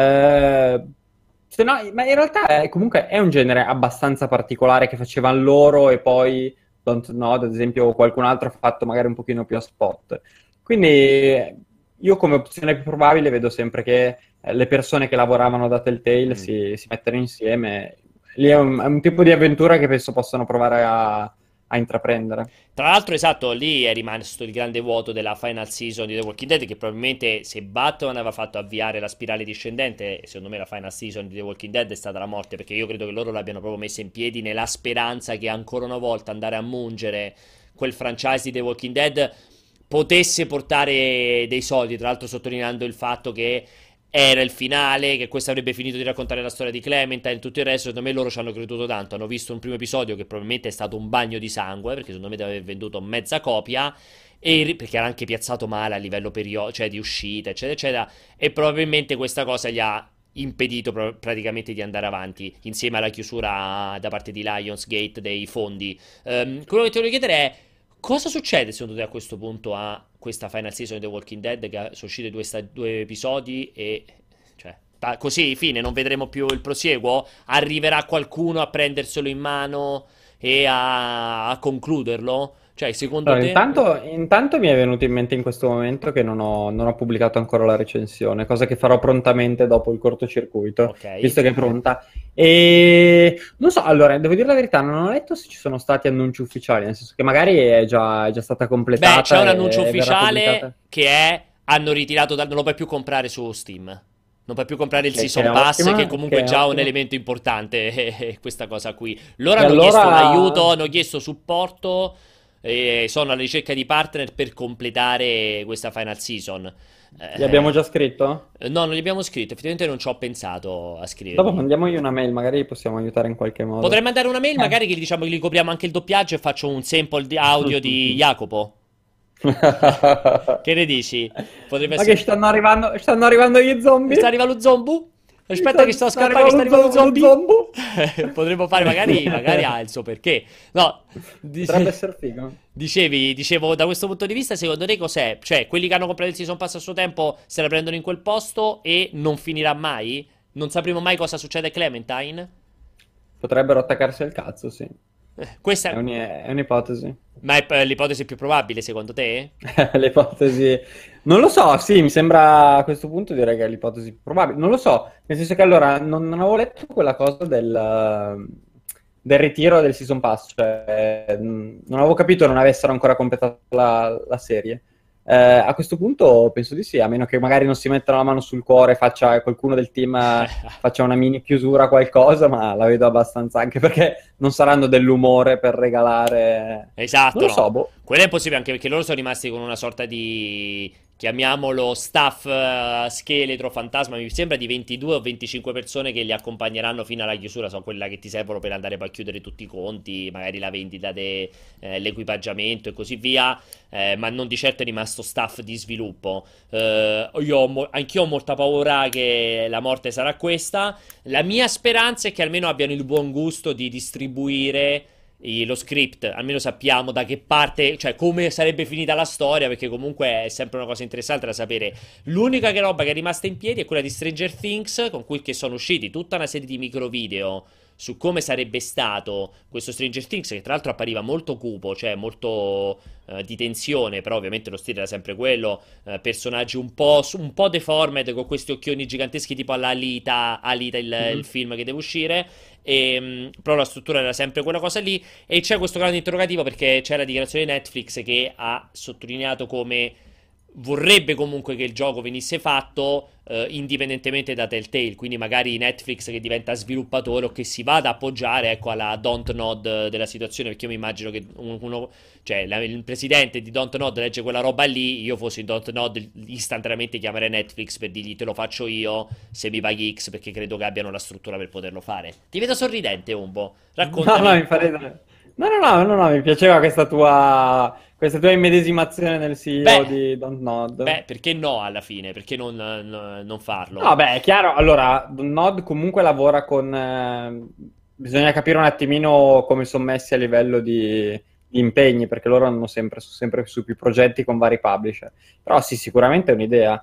Se no, ma in realtà comunque è un genere abbastanza particolare che facevano loro e poi Don't Know, ad esempio, o qualcun altro ha fatto magari un pochino più a spot. Quindi io come opzione più probabile vedo sempre che le persone che lavoravano da Telltale Mm. si mettano insieme. Lì è un tipo di avventura che penso possano provare a intraprendere. Tra l'altro, esatto, lì è rimasto il grande vuoto della final season di The Walking Dead, che probabilmente se Batman aveva fatto avviare la spirale discendente, secondo me la final season di The Walking Dead è stata la morte, perché io credo che loro l'abbiano proprio messa in piedi nella speranza che ancora una volta andare a mungere quel franchise di The Walking Dead potesse portare dei soldi, tra l'altro sottolineando il fatto che era il finale, che questo avrebbe finito di raccontare la storia di Clementine e tutto il resto. Secondo me loro ci hanno creduto tanto, hanno visto un primo episodio che probabilmente è stato un bagno di sangue, perché secondo me deve aver venduto mezza copia, perché era anche piazzato male a livello cioè di uscita, eccetera, eccetera, e probabilmente questa cosa impedito praticamente di andare avanti, insieme alla chiusura da parte di Lionsgate dei fondi. Quello che ti voglio chiedere è: cosa succede secondo te a questo punto a questa final season di The Walking Dead, che sono usciti due episodi e cioè, così fine, non vedremo più il prosieguo? Arriverà qualcuno a prenderselo in mano e a concluderlo? Cioè, secondo Allora, te? intanto mi è venuto in mente in questo momento che non ho pubblicato ancora la recensione, cosa che farò prontamente dopo il cortocircuito, Ok. visto che è pronta. E non so, allora, devo dire la verità, non ho letto se ci sono stati annunci ufficiali, nel senso che magari è già stata Beh, c'è completata un annuncio e verrà pubblicata. ufficiale che è: hanno ritirato non lo puoi più comprare su Steam. Non puoi più comprare il Che Season è Pass, che ottima, che comunque è è già un ottima. elemento importante, questa cosa qui. Loro E hanno chiesto un allora aiuto, hanno chiesto supporto e sono alla ricerca di partner per completare questa final season. gli abbiamo Eh, già scritto? no, non li abbiamo scritto, effettivamente non ci ho pensato a Dopo scrivergli. mandiamogli una mail, magari possiamo aiutare in qualche Potrei modo. mandare una mail, magari che gli diciamo che gli copriamo anche il doppiaggio e faccio un sample di audio di Jacopo. Che ne dici? Potrebbe Ma che essere. stanno arrivando gli Sta zombie? arrivando lo zombie? Aspetta che sto a Sta scappare, che sta arrivando arrivando lo lo zombie. zombo? Potremmo fare, magari ha il suo perché. No, Potrebbe essere figo. dicevo, da questo punto di vista, secondo te cos'è? Cioè, quelli che hanno comprato il Season Pass a suo tempo se la prendono in quel posto e non finirà mai? Non sapremo mai cosa succede a Clementine? Potrebbero attaccarsi al cazzo, sì. Questa È è un'ipotesi. ma è l'ipotesi più probabile, secondo te? L'ipotesi. Non lo so, sì, mi sembra a questo punto direi che è l'ipotesi più probabile. Non lo so, nel senso che allora non avevo letto quella cosa del ritiro del Season Pass, cioè non avevo capito che non avessero ancora completato la serie. A questo punto penso di sì, a meno che magari non si mettano la mano sul cuore, faccia qualcuno del team faccia una mini chiusura qualcosa, ma la vedo abbastanza anche perché non saranno dell'umore per regalare. Non Esatto, lo no. so, boh. Quello è impossibile anche perché loro sono rimasti con una sorta di, chiamiamolo staff scheletro fantasma, mi sembra di 22 o 25 persone che li accompagneranno fino alla chiusura, sono quella che ti servono per andare poi a chiudere tutti i conti, magari la vendita dell'equipaggiamento e così via, ma non di certo è rimasto staff di sviluppo. Anch'io ho molta paura che la morte sarà questa. La mia speranza è che almeno abbiano il buon gusto di distribuire lo script, almeno sappiamo da che parte, cioè come sarebbe finita la storia, perché comunque è sempre una cosa interessante da sapere. L'unica roba che è rimasta in piedi è quella di Stranger Things, con cui che sono usciti tutta una serie di micro video su come sarebbe stato questo Stranger Things, che tra l'altro appariva molto cupo, cioè molto di tensione, però ovviamente lo stile era sempre quello, personaggi un po' deformed, con questi occhioni giganteschi tipo alla Alita, Alita il Mhm. film che deve uscire, però la struttura era sempre quella cosa lì, e c'è questo grande interrogativo perché c'è la dichiarazione di Netflix che ha sottolineato come vorrebbe comunque che il gioco venisse fatto indipendentemente da Telltale, quindi magari Netflix che diventa sviluppatore o che si vada a appoggiare, ecco, alla Dontnod della situazione, perché io mi immagino che cioè il presidente di Dontnod legge quella roba lì, io fossi in Dontnod istantaneamente chiamerei Netflix per dirgli te lo faccio io se mi paghi X, perché credo che abbiano la struttura per poterlo fare. Ti vedo sorridente, Umbo, No, no, raccontami. mi fa ridere. No, no, no, no, no, mi piaceva questa tua immedesimazione nel CEO Beh, di Don't Nod. perché no alla fine? Perché non No, farlo? beh, è chiaro. Allora, Nod comunque lavora con. Bisogna capire un attimino come sono messi a livello di impegni, perché loro sono sempre su più progetti con vari publisher. Però sì, sicuramente è un'idea.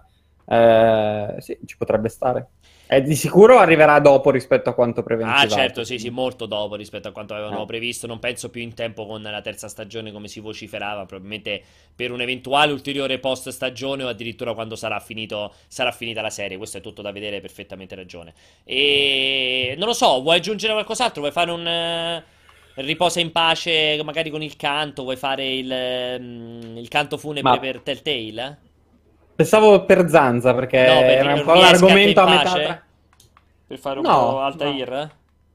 Sì, ci potrebbe stare. Di sicuro arriverà dopo rispetto a quanto Ah, preventivato. certo, sì, sì, molto dopo rispetto a quanto avevano Eh. previsto. Non penso più in tempo con la terza stagione come si vociferava, probabilmente per un eventuale ulteriore post stagione o addirittura quando sarà finita la serie. Questo è tutto da vedere, hai perfettamente ragione. E non lo so, vuoi aggiungere qualcos'altro? Vuoi fare un riposa in pace magari con il canto? Vuoi fare il canto funebre Ma per Telltale? pensavo per Zanza, perché No, per era un po' riescate in l'argomento a metà pace? tra. Per fare un po' No, no. Altair?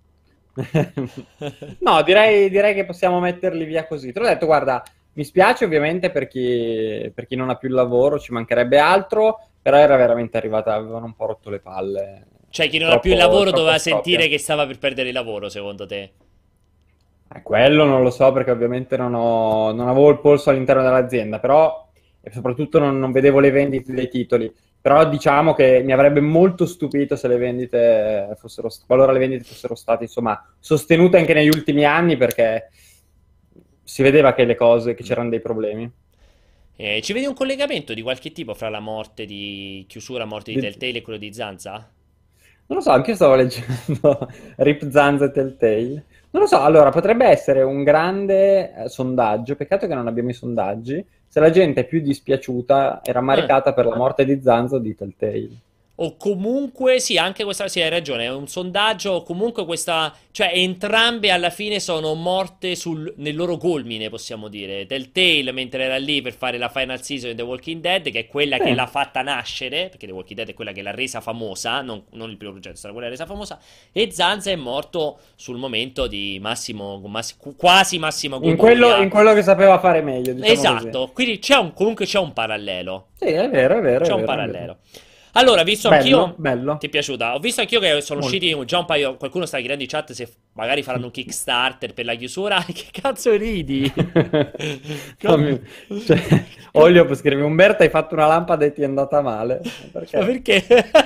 No, direi che possiamo metterli via così. Te l'ho detto, guarda, mi spiace ovviamente per chi non ha più il lavoro, ci mancherebbe altro, però era veramente arrivata, avevano un po' rotto le palle. Cioè, chi non ha più il Troppo, lavoro troppo doveva sentire stroppia. che stava per perdere il lavoro, secondo te? Quello non lo so perché ovviamente non avevo il polso all'interno dell'azienda, però e soprattutto non vedevo le vendite dei titoli. Però diciamo che mi avrebbe molto stupito se le vendite fossero, qualora le vendite fossero state, insomma, sostenute anche negli ultimi anni, perché si vedeva che le cose, che c'erano dei problemi. Ci vedi un collegamento di qualche tipo fra la morte di chiusura, morte di Telltale e quello di Zanza? Non lo so, anche io stavo leggendo Rip Zanza e Telltale. Non lo so, allora potrebbe essere un grande sondaggio, peccato che non abbiamo i sondaggi, se la gente è più dispiaciuta e Eh. rammaricata per la morte di Zanza o di Telltale. O comunque, sì, anche questa, sì, hai ragione, è un sondaggio, o comunque questa, cioè entrambe alla fine sono morte nel loro culmine, possiamo dire. Telltale mentre era lì per fare la final season di The Walking Dead, che è quella che Sì. l'ha fatta nascere, perché The Walking Dead è quella che l'ha resa famosa, non il primo progetto, sarà quella che l'ha resa famosa, e Zanza è morto sul momento di quasi massima In goduria. quello che sapeva fare meglio, diciamo così. Esatto, quindi comunque c'è un parallelo. Sì, è vero, è vero, C'è è un vero, è vero. parallelo. Allora, visto Bello, anch'io. Ti bello, è piaciuta? Ho visto anch'io che sono molto. usciti già un paio. Qualcuno sta chiedendo in chat se magari faranno un Kickstarter per la chiusura. Che cazzo ridi? No, Com- cioè, com- Olio scrive, Umberto hai fatto una lampada e ti è andata male. Ma Perché? perché?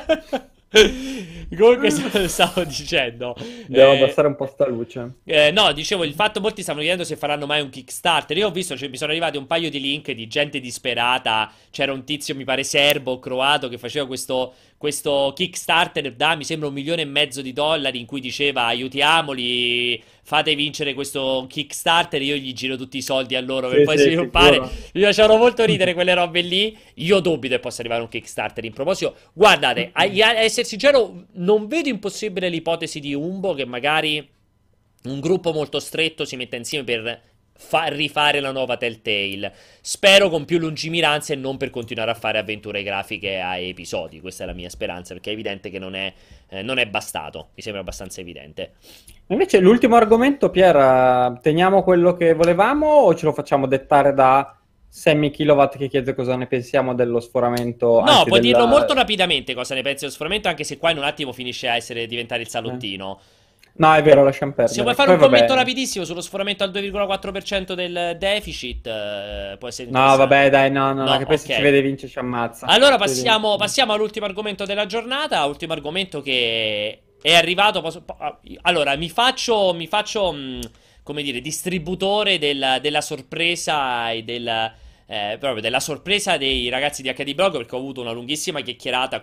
Comunque stavo dicendo. Devo eh, abbassare un po' sta luce. no, dicevo, il fatto molti stavano chiedendo se faranno mai un Kickstarter. Io ho visto, cioè, mi sono arrivati un paio di link di gente disperata. C'era un tizio, mi pare serbo o croato, che faceva questo Kickstarter da, mi sembra, 1,5 milioni di dollari, in cui diceva aiutiamoli, fate vincere questo Kickstarter, io gli giro tutti i soldi a loro per Sì, poi sì, sviluppare. sicuro. Mi facevano molto ridere quelle robe lì. Io dubito che possa arrivare un Kickstarter. In proposito, guardate, a essere sincero, non vedo impossibile l'ipotesi di Umbo che magari un gruppo molto stretto si metta insieme per rifare la nuova Telltale. Spero con più lungimiranza e non per continuare a fare avventure grafiche a episodi. Questa è la mia speranza, perché è evidente che non è bastato. Mi sembra abbastanza evidente. Invece l'ultimo argomento, Pier, teniamo quello che volevamo o ce lo facciamo dettare da Sammy Kilowatt che chiede cosa ne pensiamo dello sforamento, No, anzi puoi del... dirlo molto rapidamente cosa ne pensi dello sframento, anche se qua in un attimo finisce a diventare il eh. salottino. No, è vero, lasciamo Se vuoi perdere. fare Poi un commento vabbè... rapidissimo sullo sforamento al 2,4% del deficit, può essere No, vabbè, interessante. dai, no, no, No, no, che poi se ci ok. vede vince ci ammazza. Allora Ci vede vince. passiamo all'ultimo argomento della giornata, ultimo argomento che è arrivato. Allora, mi faccio, come dire, distributore della sorpresa e proprio della sorpresa dei ragazzi di HD Blog, perché ho avuto una lunghissima chiacchierata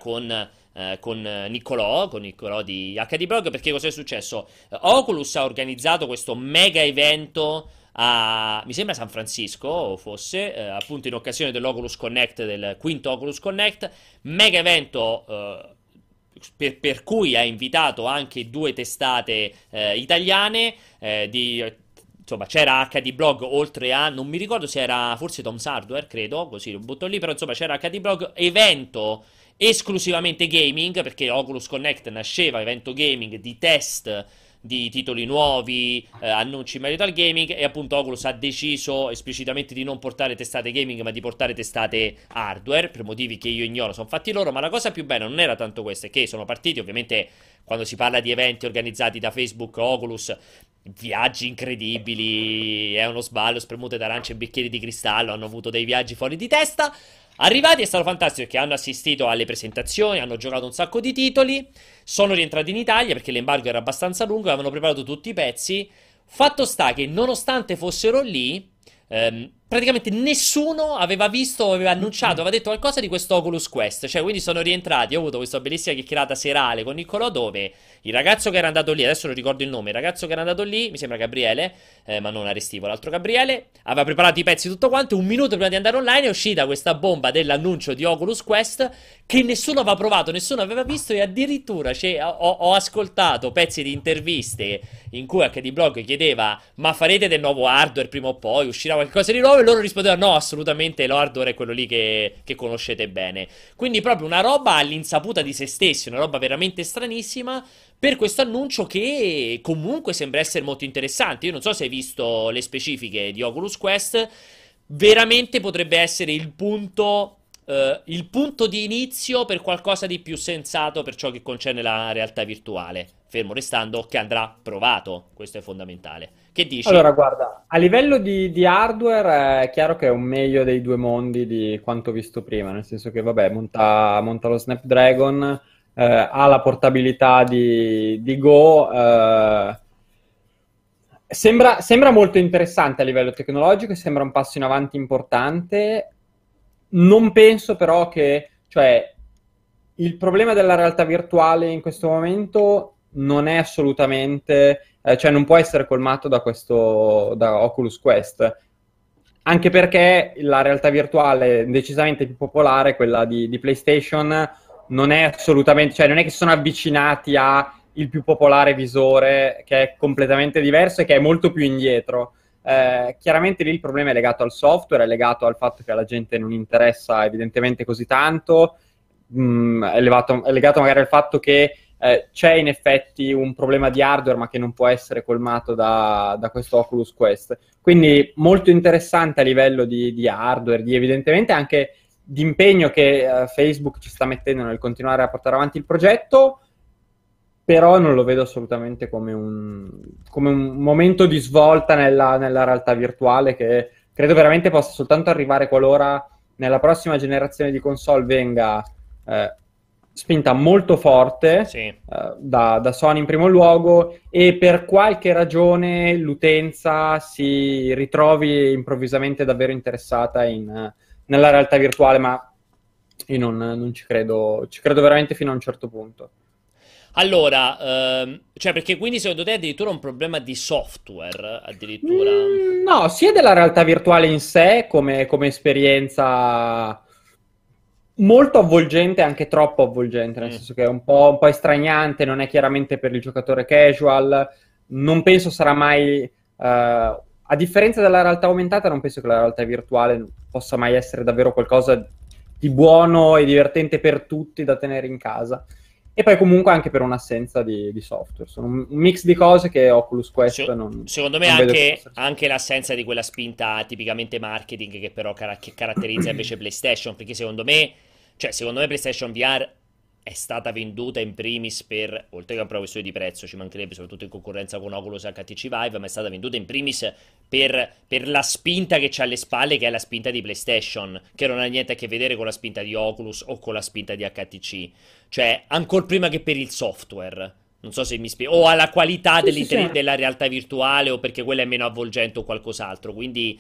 con Niccolò di HD Blog, perché cosa è successo? Oculus ha organizzato questo mega evento mi sembra San Francisco, o fosse, appunto in occasione dell'Oculus Connect, del quinto Oculus Connect, mega evento per cui ha invitato anche due testate italiane insomma, c'era HD Blog oltre a, non mi ricordo se era forse Tom's Hardware, credo, così lo butto lì, però insomma c'era HD Blog, evento esclusivamente gaming, perché Oculus Connect nasceva evento gaming di test di titoli nuovi, annunci in merito al gaming, e appunto Oculus ha deciso esplicitamente di non portare testate gaming ma di portare testate hardware per motivi che io ignoro, sono fatti loro. Ma la cosa più bella non era tanto questa, è che sono partiti, ovviamente, quando si parla di eventi organizzati da Facebook, Oculus, viaggi incredibili, è uno sballo, spremute d'arancia e bicchieri di cristallo, hanno avuto dei viaggi fuori di testa. Arrivati è stato fantastico perché hanno assistito alle presentazioni, hanno giocato un sacco di titoli, sono rientrati in Italia perché l'embargo era abbastanza lungo, avevano preparato tutti i pezzi. Fatto sta che nonostante fossero lì, praticamente nessuno aveva visto o aveva annunciato, aveva detto qualcosa di questo Oculus Quest. Cioè, quindi sono rientrati. Ho avuto questa bellissima chiacchierata serale con Niccolò, dove il ragazzo che era andato lì, adesso non ricordo il nome, il ragazzo che era andato lì, mi sembra Gabriele, ma non Arestivo, l'altro Gabriele, aveva preparato i pezzi tutto quanto. Un minuto prima di andare online è uscita questa bomba dell'annuncio di Oculus Quest che nessuno aveva provato, nessuno aveva visto, e addirittura ho ascoltato pezzi di interviste in cui HD Blog chiedeva: ma farete del nuovo hardware prima o poi? Uscirà qualcosa di nuovo? E loro rispondevano: no, assolutamente, l'hardware è quello lì che conoscete bene. Quindi proprio una roba all'insaputa di se stessi, una roba veramente stranissima per questo annuncio, che comunque sembra essere molto interessante. Io non so se hai visto le specifiche di Oculus Quest, veramente potrebbe essere il punto il punto di inizio per qualcosa di più sensato per ciò che concerne la realtà virtuale, fermo restando che andrà provato, questo è fondamentale. Che dici? Allora, guarda, a livello di hardware è chiaro che è un meglio dei due mondi di quanto visto prima, nel senso che, vabbè, monta lo Snapdragon, ha la portabilità di Go, sembra molto interessante a livello tecnologico, sembra un passo in avanti importante. Non penso però che, cioè, il problema della realtà virtuale in questo momento non è assolutamente, cioè non può essere colmato da Oculus Quest, anche perché la realtà virtuale decisamente più popolare, quella di PlayStation, non è assolutamente, cioè non è che sono avvicinati a il più popolare visore, che è completamente diverso e che è molto più indietro. Chiaramente lì il problema è legato al software, è legato al fatto che alla gente non interessa evidentemente così tanto, è legato magari al fatto che c'è in effetti un problema di hardware ma che non può essere colmato da questo Oculus Quest. Quindi molto interessante a livello di hardware, di evidentemente anche di impegno che Facebook ci sta mettendo nel continuare a portare avanti il progetto, però non lo vedo assolutamente come un momento di svolta nella realtà virtuale che credo veramente possa soltanto arrivare qualora nella prossima generazione di console venga eh, spinta molto forte Sì. da Sony in primo luogo e per qualche ragione l'utenza si ritrovi improvvisamente davvero interessata nella realtà virtuale, ma io non ci credo veramente fino a un certo punto. Allora, cioè perché quindi secondo te è addirittura un problema di software, addirittura? No, sia della realtà virtuale in sé come esperienza molto avvolgente, anche troppo avvolgente, nel Mm. senso che è un po' estraniante, non è chiaramente per il giocatore casual, non penso sarà mai, a differenza della realtà aumentata, non penso che la realtà virtuale possa mai essere davvero qualcosa di buono e divertente per tutti da tenere in casa. E poi comunque anche per un'assenza di software. Sono un mix di cose che Oculus Quest Secondo me non vedo che possa anche risolvere. l'assenza di quella spinta tipicamente marketing che però che caratterizza invece PlayStation, perché secondo me PlayStation VR è stata venduta in primis per, oltre che per una questione di prezzo, ci mancherebbe soprattutto in concorrenza con Oculus HTC Vive, ma è stata venduta in primis per la spinta che c'ha alle spalle, che è la spinta di PlayStation, che non ha niente a che vedere con la spinta di Oculus o con la spinta di HTC. Cioè, ancora prima che per il software. Non so se mi spiego. O alla qualità Sì, sì, sì. della realtà virtuale, o perché quella è meno avvolgente o qualcos'altro. Quindi.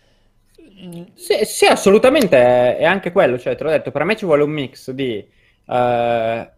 Sì, sì, assolutamente è anche quello, cioè te l'ho detto, per me ci vuole un mix di eh,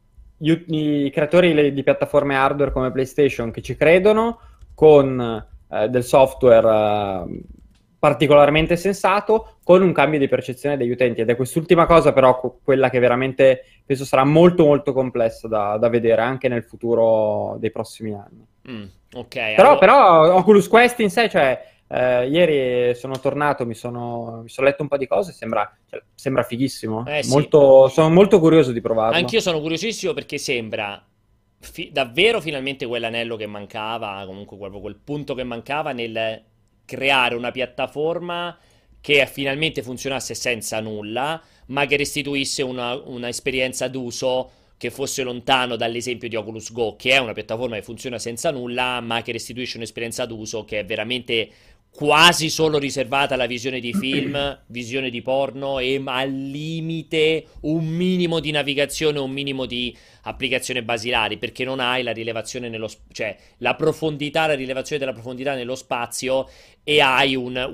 i creatori di piattaforme hardware come PlayStation che ci credono con del software particolarmente sensato, con un cambio di percezione degli utenti ed è quest'ultima cosa però quella che veramente penso sarà molto molto complessa da vedere anche nel futuro dei prossimi anni. Ok, allora. Però Oculus Quest in sé, cioè, ieri sono tornato, mi sono letto un po' di cose, sembra fighissimo. Eh sì. Sono molto curioso di provarlo. Anch'io sono curiosissimo perché sembra davvero finalmente quell'anello che mancava, comunque proprio quel punto che mancava nel creare una piattaforma che finalmente funzionasse senza nulla, ma che restituisse una esperienza d'uso che fosse lontano dall'esempio di Oculus Go, che è una piattaforma che funziona senza nulla, ma che restituisce un'esperienza d'uso che è veramente quasi solo riservata alla visione di film, visione di porno e al limite un minimo di navigazione, un minimo di applicazione basilari, perché non hai la rilevazione cioè la profondità, la rilevazione della profondità nello spazio e hai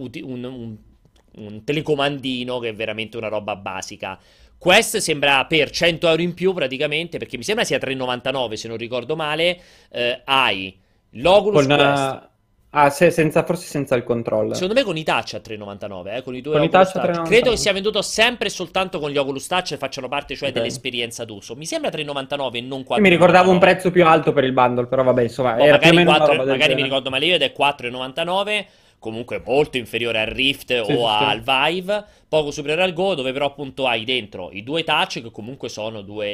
un telecomandino che è veramente una roba basica. Quest sembra per 100 euro in più praticamente, perché mi sembra sia 3,99 se non ricordo male, hai l'Oculus Con, Quest. forse senza il controller. Secondo me con i touch a 3,99, con i due Con i Oculus touch a Touch. Credo che 3,99. sia venduto sempre e soltanto con gli Oculus Touch e facciano parte cioè Ok. dell'esperienza d'uso. Mi sembra 3,99 e non Io mi ricordavo un 4,99. prezzo più alto per il bundle, però vabbè, insomma, Boh, era più o meno una roba del magari mi genere. ricordo male io ed è 4,99, comunque molto inferiore al Rift Sì, o sì, sì. al Vive, poco superiore al Go, dove però appunto hai dentro i due touch che comunque sono due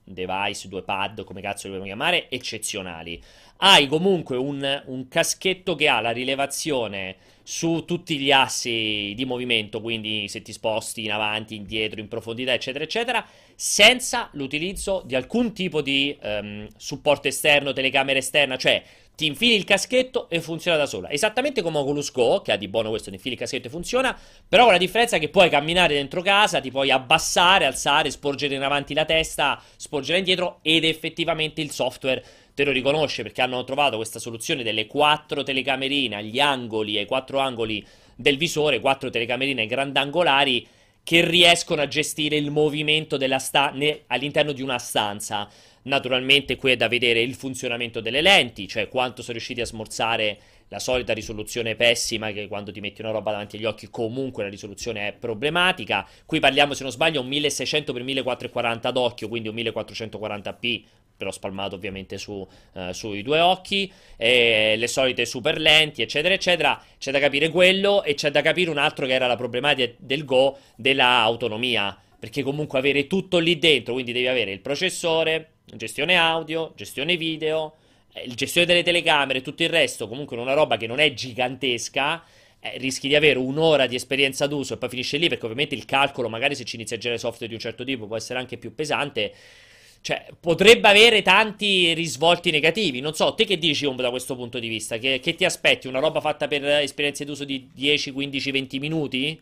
device, due pad, come cazzo li vogliamo chiamare, eccezionali. Hai comunque un caschetto che ha la rilevazione su tutti gli assi di movimento, quindi se ti sposti in avanti, indietro, in profondità, eccetera, eccetera, senza l'utilizzo di alcun tipo di supporto esterno, telecamera esterna, cioè ti infili il caschetto e funziona da sola. Esattamente come Oculus Go, che ha di buono questo, ti infili il caschetto e funziona, però con la differenza che puoi camminare dentro casa, ti puoi abbassare, alzare, sporgere in avanti la testa, sporgere indietro, ed effettivamente il software te lo riconosce, perché hanno trovato questa soluzione delle 4 telecamerine agli angoli, ai 4 angoli del visore, 4 telecamerine grandangolari che riescono a gestire il movimento all'interno di una stanza. Naturalmente qui è da vedere il funzionamento delle lenti, cioè quanto sono riusciti a smorzare la solita risoluzione pessima, che quando ti metti una roba davanti agli occhi comunque la risoluzione è problematica. Qui parliamo, se non sbaglio, un 1600x1440 d'occhio, quindi un 1440p, però spalmato ovviamente sui due occhi, le solite super lenti, eccetera, eccetera. C'è da capire quello, e c'è da capire un altro che era la problematica del Go, della autonomia, perché comunque avere tutto lì dentro, quindi devi avere il processore, gestione audio, gestione video, gestione delle telecamere, tutto il resto, comunque in una roba che non è gigantesca, rischi di avere un'ora di esperienza d'uso e poi finisce lì, perché ovviamente il calcolo, magari se ci inizi a girare software di un certo tipo, può essere anche più pesante. Cioè, potrebbe avere tanti risvolti negativi. Non so, te che dici, da questo punto di vista? Che ti aspetti? Una roba fatta per esperienze d'uso di 10, 15, 20 minuti?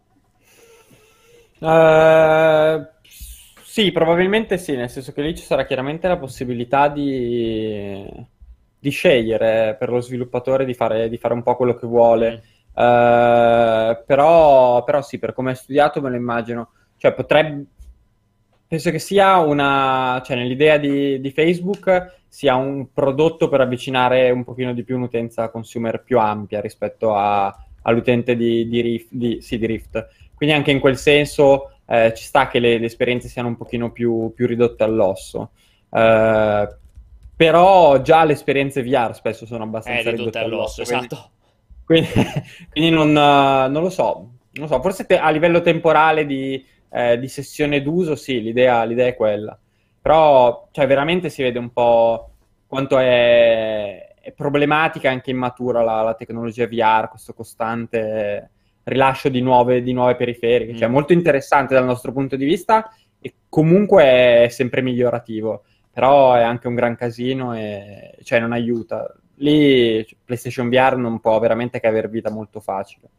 Eh, sì, probabilmente sì, nel senso che lì ci sarà chiaramente la possibilità di scegliere per lo sviluppatore di fare un po' quello che vuole. Mhm. Però sì, per come è studiato me lo immagino. Cioè, penso che sia cioè nell'idea di Facebook sia un prodotto per avvicinare un pochino di più un'utenza consumer più ampia rispetto all'utente di Rift. Quindi anche in quel senso ci sta che le esperienze siano un pochino più ridotte all'osso. Eh, Però già le esperienze VR spesso sono abbastanza Ridotte ridotte all'osso, all'osso, esatto. quindi, quindi non lo so. Non lo so, forse a livello temporale di sessione d'uso, sì, l'idea è quella. Però, cioè, veramente si vede un po' quanto è problematica, anche immatura la tecnologia VR, questo costante rilascio di nuove periferiche. Cioè, Mm. molto interessante dal nostro punto di vista e comunque è sempre migliorativo. Però è anche un gran casino e cioè, non aiuta. Lì PlayStation VR non può veramente che aver vita molto facile.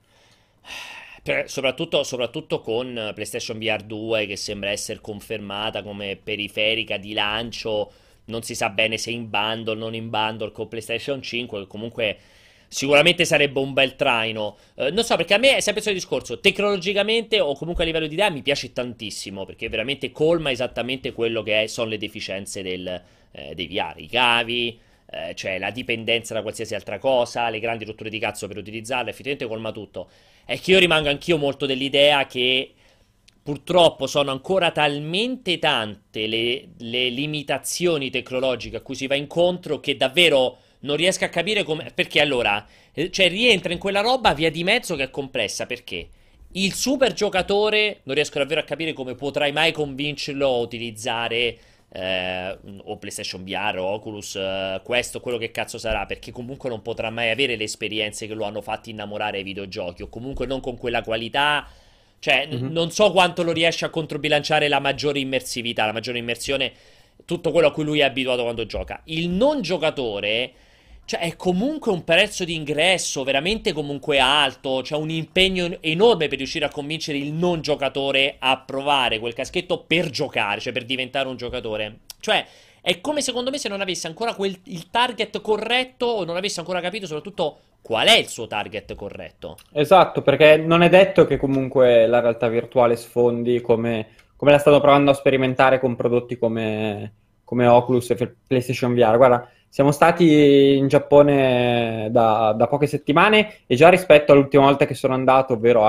Soprattutto con PlayStation VR 2, che sembra essere confermata come periferica di lancio, non si sa bene se in bundle o non in bundle con PlayStation 5, che comunque sicuramente sarebbe un bel traino. Non so, perché a me è sempre il solito discorso, tecnologicamente o comunque a livello di idea mi piace tantissimo, perché veramente colma esattamente quello che sono le deficienze dei VR, i cavi, cioè la dipendenza da qualsiasi altra cosa, le grandi rotture di cazzo per utilizzarla, effettivamente colma tutto. È che io rimango anch'io molto dell'idea che purtroppo sono ancora talmente tante le limitazioni tecnologiche a cui si va incontro, che davvero non riesco a capire come. Perché allora, cioè rientra in quella roba via di mezzo che è complessa, perché il super giocatore non riesco davvero a capire come potrai mai convincerlo a utilizzare o PlayStation VR o Oculus Quest o quello che cazzo sarà, perché comunque non potrà mai avere le esperienze che lo hanno fatto innamorare ai videogiochi, o comunque non con quella qualità. Cioè, Mhm. non so quanto lo riesce a controbilanciare la maggiore immersività, la maggiore immersione, tutto quello a cui lui è abituato quando gioca. Il non giocatore, cioè, è comunque un prezzo di ingresso veramente comunque alto, c'è un impegno enorme per riuscire a convincere il non giocatore a provare quel caschetto per giocare, cioè per diventare un giocatore. Cioè, è come secondo me se non avesse ancora il target corretto, o non avesse ancora capito soprattutto qual è il suo target corretto. Esatto, perché non è detto che comunque la realtà virtuale sfondi come la stanno provando a sperimentare con prodotti come Oculus e PlayStation VR. Guarda, siamo stati in Giappone da poche settimane e già rispetto all'ultima volta che sono andato, ovvero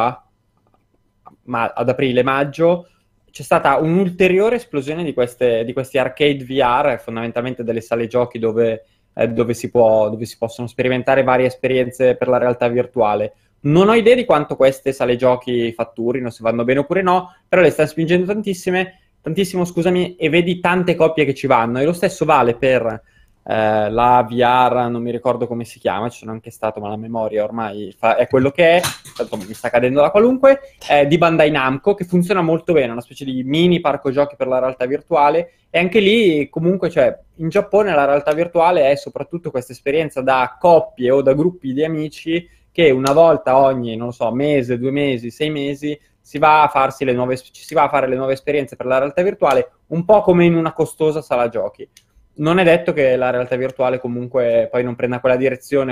ad aprile-maggio, c'è stata un'ulteriore esplosione di questi arcade VR, fondamentalmente delle sale giochi dove si possono sperimentare varie esperienze per la realtà virtuale. Non ho idea di quanto queste sale giochi fatturino, se vanno bene oppure no, però le stanno spingendo tantissime, tantissimo, scusami, e vedi tante coppie che ci vanno. E lo stesso vale per la VR, non mi ricordo come si chiama, ci sono anche stato, ma la memoria ormai è quello che è, tanto mi sta cadendo la qualunque, di Bandai Namco, che funziona molto bene, una specie di mini parco giochi per la realtà virtuale, e anche lì comunque, cioè, in Giappone la realtà virtuale è soprattutto questa esperienza da coppie o da gruppi di amici che una volta ogni, non lo so, mese, 2 mesi, 6 mesi si va a farsi ci si va a fare le nuove esperienze per la realtà virtuale, un po' come in una costosa sala giochi. Non è detto che la realtà virtuale comunque poi non prenda quella direzione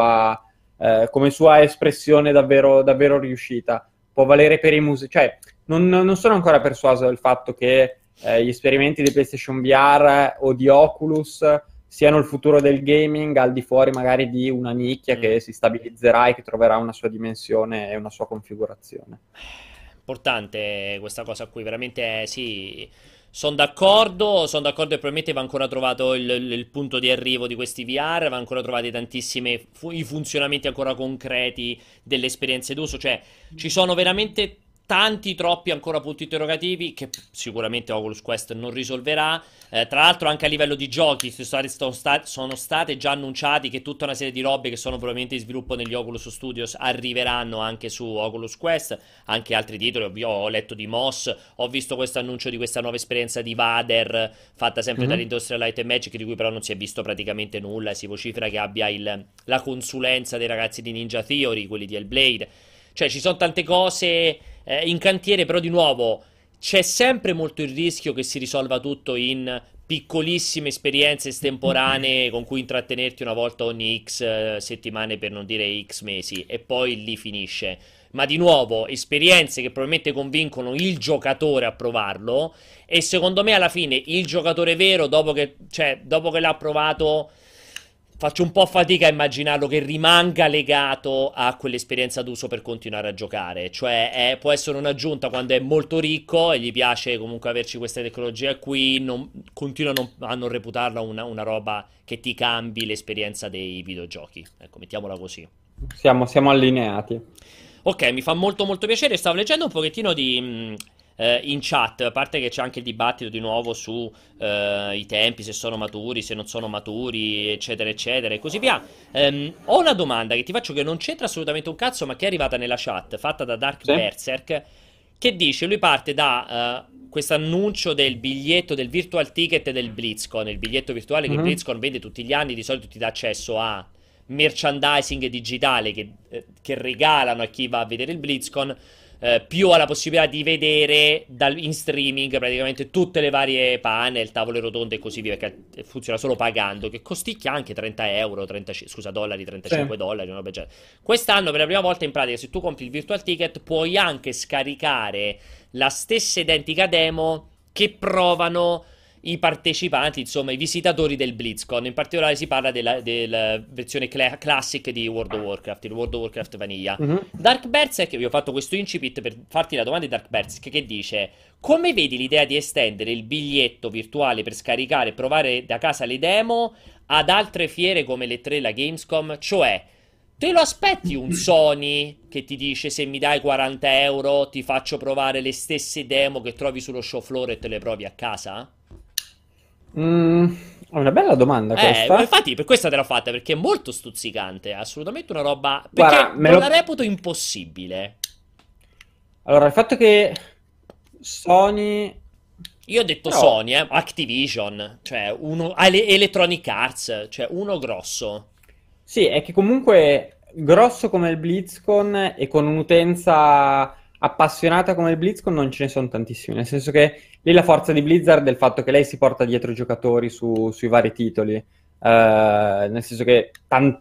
come sua espressione davvero, davvero riuscita. Può valere per i musei, cioè non sono ancora persuaso del fatto che gli esperimenti di PlayStation VR o di Oculus siano il futuro del gaming, al di fuori magari di una nicchia che si stabilizzerà e che troverà una sua dimensione e una sua configurazione. Importante questa cosa qui, veramente sì. Sono d'accordo e probabilmente va ancora trovato il punto di arrivo di questi VR, va ancora trovati tantissimi i funzionamenti ancora concreti delle esperienze d'uso, cioè ci sono veramente tanti, troppi ancora punti interrogativi che sicuramente Oculus Quest non risolverà. Tra l'altro anche a livello di giochi sono state già annunciati che tutta una serie di robe che sono probabilmente in sviluppo negli Oculus Studios arriveranno anche su Oculus Quest, anche altri titoli. Ho letto di Moss, ho visto questo annuncio di questa nuova esperienza di Vader fatta sempre dall'Industrial Light and Magic, di cui però non si è visto praticamente nulla, e si vocifera che abbia la consulenza dei ragazzi di Ninja Theory, quelli di Hellblade. Cioè ci sono tante cose in cantiere, però di nuovo c'è sempre molto il rischio che si risolva tutto in piccolissime esperienze estemporanee con cui intrattenerti una volta ogni X settimane, per non dire X mesi, e poi lì finisce. Ma di nuovo, esperienze che probabilmente convincono il giocatore a provarlo, e secondo me alla fine il giocatore vero, dopo che l'ha provato, faccio un po' fatica a immaginarlo che rimanga legato a quell'esperienza d'uso per continuare a giocare. Cioè, può essere un'aggiunta quando è molto ricco e gli piace comunque averci queste tecnologie qui, continua a non reputarla una roba che ti cambi l'esperienza dei videogiochi. Ecco, mettiamola così. Siamo allineati. Ok, mi fa molto molto piacere. Stavo leggendo un pochettino in chat, a parte che c'è anche il dibattito di nuovo su i tempi, se sono maturi, se non sono maturi, eccetera, eccetera, e così via. Ho una domanda che ti faccio che non c'entra assolutamente un cazzo, ma che è arrivata nella chat, fatta da Dark Sì? Berserk, che dice, lui parte da questo annuncio del biglietto, del virtual ticket del BlizzCon, il biglietto virtuale che BlizzCon vende tutti gli anni, di solito ti dà accesso a merchandising digitale che regalano a chi va a vedere il BlizzCon, più alla possibilità di vedere in streaming praticamente tutte le varie panel, tavole rotonde e così via, perché funziona solo pagando, che costicchia anche 30 euro, dollari, 35 dollari, una roba del genere. Quest'anno per la prima volta in pratica, se tu compri il virtual ticket, puoi anche scaricare la stessa identica demo che provano i partecipanti, insomma i visitatori del BlizzCon. In particolare si parla della versione classic di World of Warcraft, il World of Warcraft Vanilla. Dark Berserk, vi ho fatto questo incipit per farti la domanda di Dark Berserk, che dice: come vedi l'idea di estendere il biglietto virtuale per scaricare e provare da casa le demo ad altre fiere come le 3 e la Gamescom? Cioè, te lo aspetti un Sony che ti dice: se mi dai 40 euro ti faccio provare le stesse demo che trovi sullo show floor e te le provi a casa? È una bella domanda questa. Infatti per questa te l'ho fatta, perché è molto stuzzicante, è assolutamente una roba, perché Guarda, non la reputo impossibile. Allora, il fatto che Sony... Io ho detto Però... Sony, Activision, cioè uno Electronic Arts, cioè uno grosso. Sì, è che comunque grosso come il BlizzCon e con un'utenza appassionata come il BlizzCon non ce ne sono tantissimi, nel senso che lì la forza di Blizzard è il fatto che lei si porta dietro i giocatori sui vari titoli, nel senso che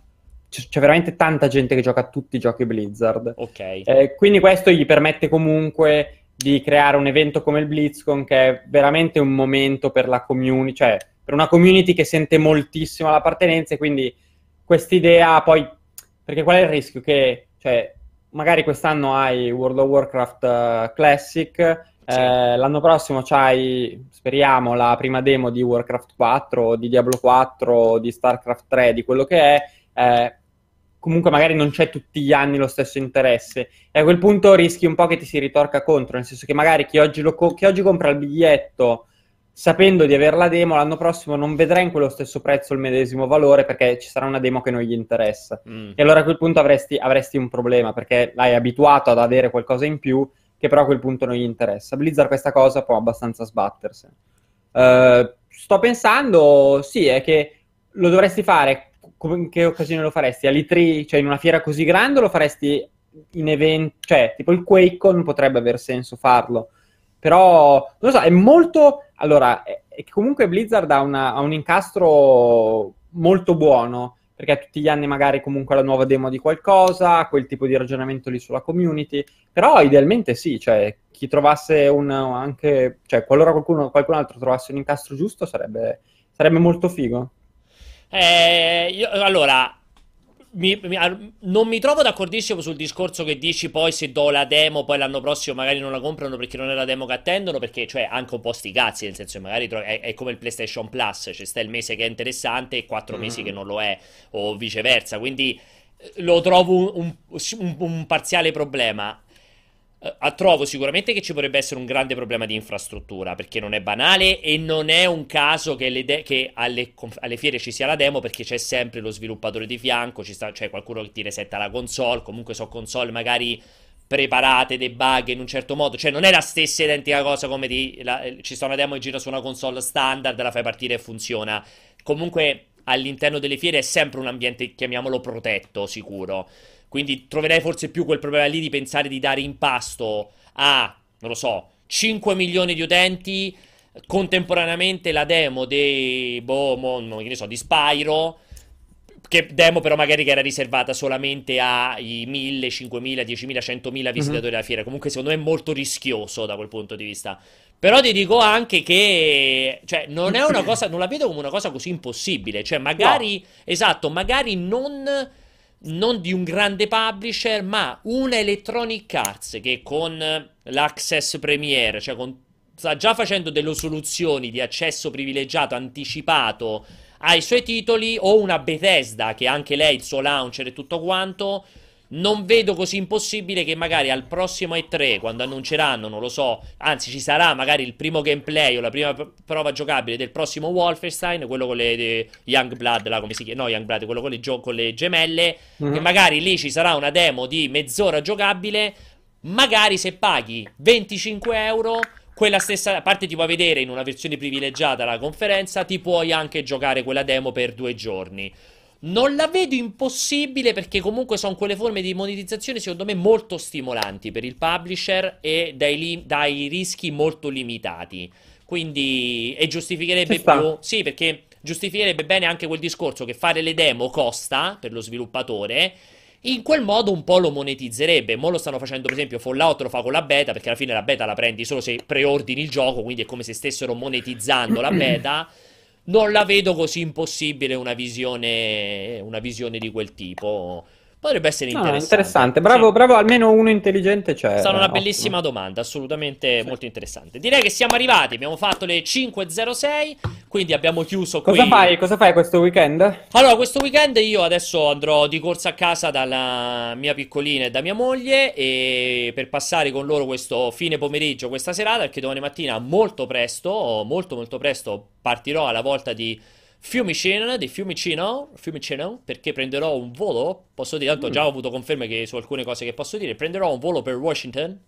c'è veramente tanta gente che gioca a tutti i giochi Blizzard. Ok. Quindi questo gli permette comunque di creare un evento come il BlizzCon, che è veramente un momento per la community, cioè per una community che sente moltissimo l'appartenenza, e quindi quest'idea poi, perché qual è il rischio? Che, cioè, magari quest'anno hai World of Warcraft Classic, Sì. l'anno prossimo c'hai, speriamo, la prima demo di Warcraft 4, di Diablo 4, di StarCraft 3, di quello che è, comunque magari non c'è tutti gli anni lo stesso interesse. E a quel punto rischi un po' che ti si ritorca contro, nel senso che magari chi oggi, chi oggi compra il biglietto sapendo di avere la demo, l'anno prossimo non vedrà in quello stesso prezzo il medesimo valore perché ci sarà una demo che non gli interessa. E allora a quel punto avresti un problema perché l'hai abituato ad avere qualcosa in più che però a quel punto non gli interessa. Blizzard questa cosa può abbastanza sbattersene. Sto pensando, sì, è che lo dovresti fare, in che occasione lo faresti? All'E3, cioè in una fiera così grande, o lo faresti in eventi, cioè tipo il QuakeCon potrebbe aver senso farlo, però non lo so, è molto, allora, è che comunque Blizzard ha un incastro molto buono, perché tutti gli anni magari comunque la nuova demo di qualcosa, quel tipo di ragionamento lì sulla community, però idealmente sì, cioè chi trovasse anche, cioè qualora qualcun altro trovasse un incastro giusto sarebbe molto figo. Allora, non mi trovo d'accordissimo sul discorso che dici poi se do la demo, poi l'anno prossimo magari non la comprano perché non è la demo che attendono, perché cioè anche un po' sti cazzi, nel senso che magari è come il PlayStation Plus, cioè sta il mese che è interessante e 4 mesi che non lo è, o viceversa, quindi lo trovo un parziale problema. Trovo sicuramente che ci potrebbe essere un grande problema di infrastruttura, perché non è banale e non è un caso che, che alle fiere ci sia la demo, perché c'è sempre lo sviluppatore di fianco, c'è qualcuno che ti resetta la console, comunque sono console magari preparate, debug in un certo modo, cioè non è la stessa identica cosa come ci sta una demo che gira su una console standard, la fai partire e funziona. Comunque all'interno delle fiere è sempre un ambiente, chiamiamolo protetto, sicuro. Quindi troverei forse più quel problema lì di pensare di dare in pasto a, non lo so, 5 milioni di utenti contemporaneamente la demo che ne so, di Spyro, che demo però magari che era riservata solamente ai 1000, 5000, 10.000, 100.000 visitatori della fiera. Comunque secondo me è molto rischioso da quel punto di vista. Però ti dico anche che, cioè, non è una cosa, non la vedo come una cosa così impossibile. Cioè, magari, no. Esatto, magari non di un grande publisher, ma una Electronic Arts che con l'Access Premier, cioè sta già facendo delle soluzioni di accesso privilegiato, anticipato ai suoi titoli, o una Bethesda che anche lei il suo launcher e tutto quanto. Non vedo così impossibile che magari al prossimo E3, quando annunceranno, non lo so, anzi ci sarà magari il primo gameplay o la prima prova giocabile del prossimo Wolfenstein, quello con le Youngblood, là come si chiama? No, Youngblood, quello con le gemelle, che magari lì ci sarà una demo di mezz'ora giocabile, magari se paghi 25 euro, quella stessa, a parte ti puoi vedere in una versione privilegiata la conferenza, ti puoi anche giocare quella demo per 2 giorni. Non la vedo impossibile perché comunque sono quelle forme di monetizzazione secondo me molto stimolanti per il publisher e dai rischi molto limitati. Quindi, e giustificherebbe più, sì, perché giustificherebbe bene anche quel discorso che fare le demo costa per lo sviluppatore. In quel modo un po' lo monetizzerebbe. Mo' lo stanno facendo, per esempio, Fallout lo fa con la beta, perché alla fine la beta la prendi solo se preordini il gioco, quindi è come se stessero monetizzando la beta. Non la vedo così impossibile una visione di quel tipo. Potrebbe essere interessante. Interessante. Bravo, Sì. bravo, almeno uno intelligente c'è. Sarà una Ottimo. bellissima domanda, assolutamente molto interessante. Direi che siamo arrivati, abbiamo fatto le 5.06, quindi abbiamo chiuso qui. Cosa fai questo weekend? Allora, questo weekend io adesso andrò di corsa a casa dalla mia piccolina e da mia moglie e per passare con loro questo fine pomeriggio, questa serata, perché domani mattina molto presto, molto presto partirò alla volta di Fiumicino, perché prenderò un volo, posso dire, tanto già ho avuto conferme che su alcune cose che posso dire, prenderò un volo per Washington,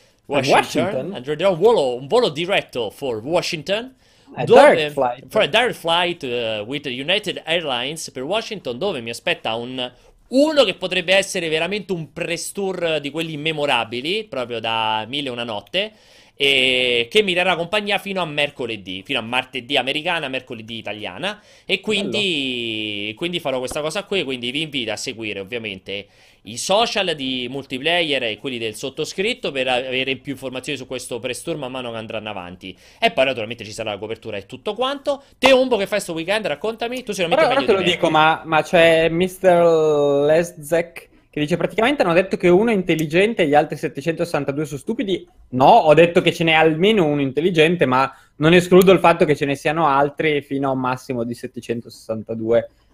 prenderò un volo diretto for Washington, for a direct flight with United Airlines per Washington, dove mi aspetta uno che potrebbe essere veramente un press tour di quelli memorabili, proprio da Mille e una notte, e che mi terrà compagnia fino a mercoledì, fino a martedì americana, mercoledì italiana, e quindi farò questa cosa qui, quindi vi invito a seguire ovviamente i social di Multiplayer e quelli del sottoscritto per avere più informazioni su questo press tour man mano che andranno avanti, e poi naturalmente ci sarà la copertura e tutto quanto. Te Umbo, che fai sto weekend? Raccontami, tu sicuramente Però meglio te lo di me. dico, ma c'è Mr. Leszek che dice praticamente hanno detto che uno è intelligente e gli altri 762 sono stupidi. No, ho detto che ce n'è almeno uno intelligente, ma non escludo il fatto che ce ne siano altri fino a un massimo di 762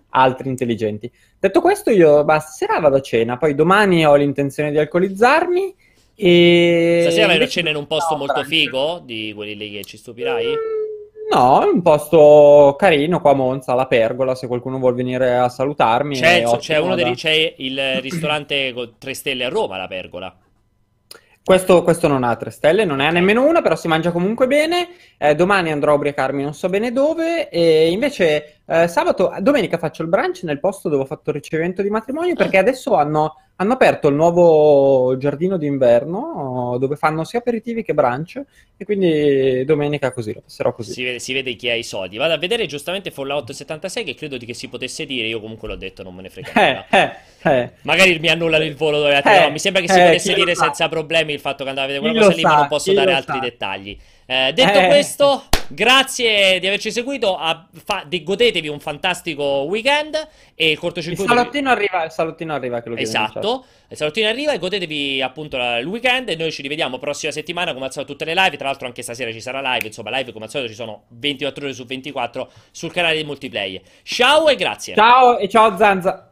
altri intelligenti. Detto questo, io stasera vado a cena, poi domani ho l'intenzione di alcolizzarmi Stasera e vai a invece cena in un posto no, molto brunch. figo, di quelli lì che ci stupirai? No, è un posto carino qua a Monza, alla Pergola, se qualcuno vuol venire a salutarmi è ottimo C'è il ristorante con 3 stelle a Roma, la Pergola. Questo non ha 3 stelle, non ne ha Ok. nemmeno una, però si mangia comunque bene. Domani andrò a ubriacarmi non so bene dove. E invece domenica faccio il brunch nel posto dove ho fatto il ricevimento di matrimonio perché Ah, adesso hanno aperto il nuovo giardino d'inverno dove fanno sia aperitivi che brunch. E quindi domenica così, lo passerò così. si vede chi ha i soldi. Vado a vedere giustamente Fallout 76 che credo di che si potesse dire, io comunque l'ho detto, non me ne frega Eh, nulla. eh, eh. Magari mi annullano il volo dove no, mi sembra che si potesse Chi lo dire sa? senza problemi il fatto che andavo a vedere Chi quella lo cosa lì, ma non sa? posso Chi dare lo altri sa? dettagli. Detto Eh. questo, grazie di averci seguito, godetevi un fantastico weekend e il cortocircuito Il salottino arriva che lo chiedo in chat. Esatto, il salottino arriva e godetevi appunto il weekend e noi ci rivediamo prossima settimana come al solito tutte le live, tra l'altro anche stasera ci sarà live, insomma live come al solito ci sono 24 ore su 24 sul canale di Multiplayer. Ciao e grazie! Ciao e ciao Zanza.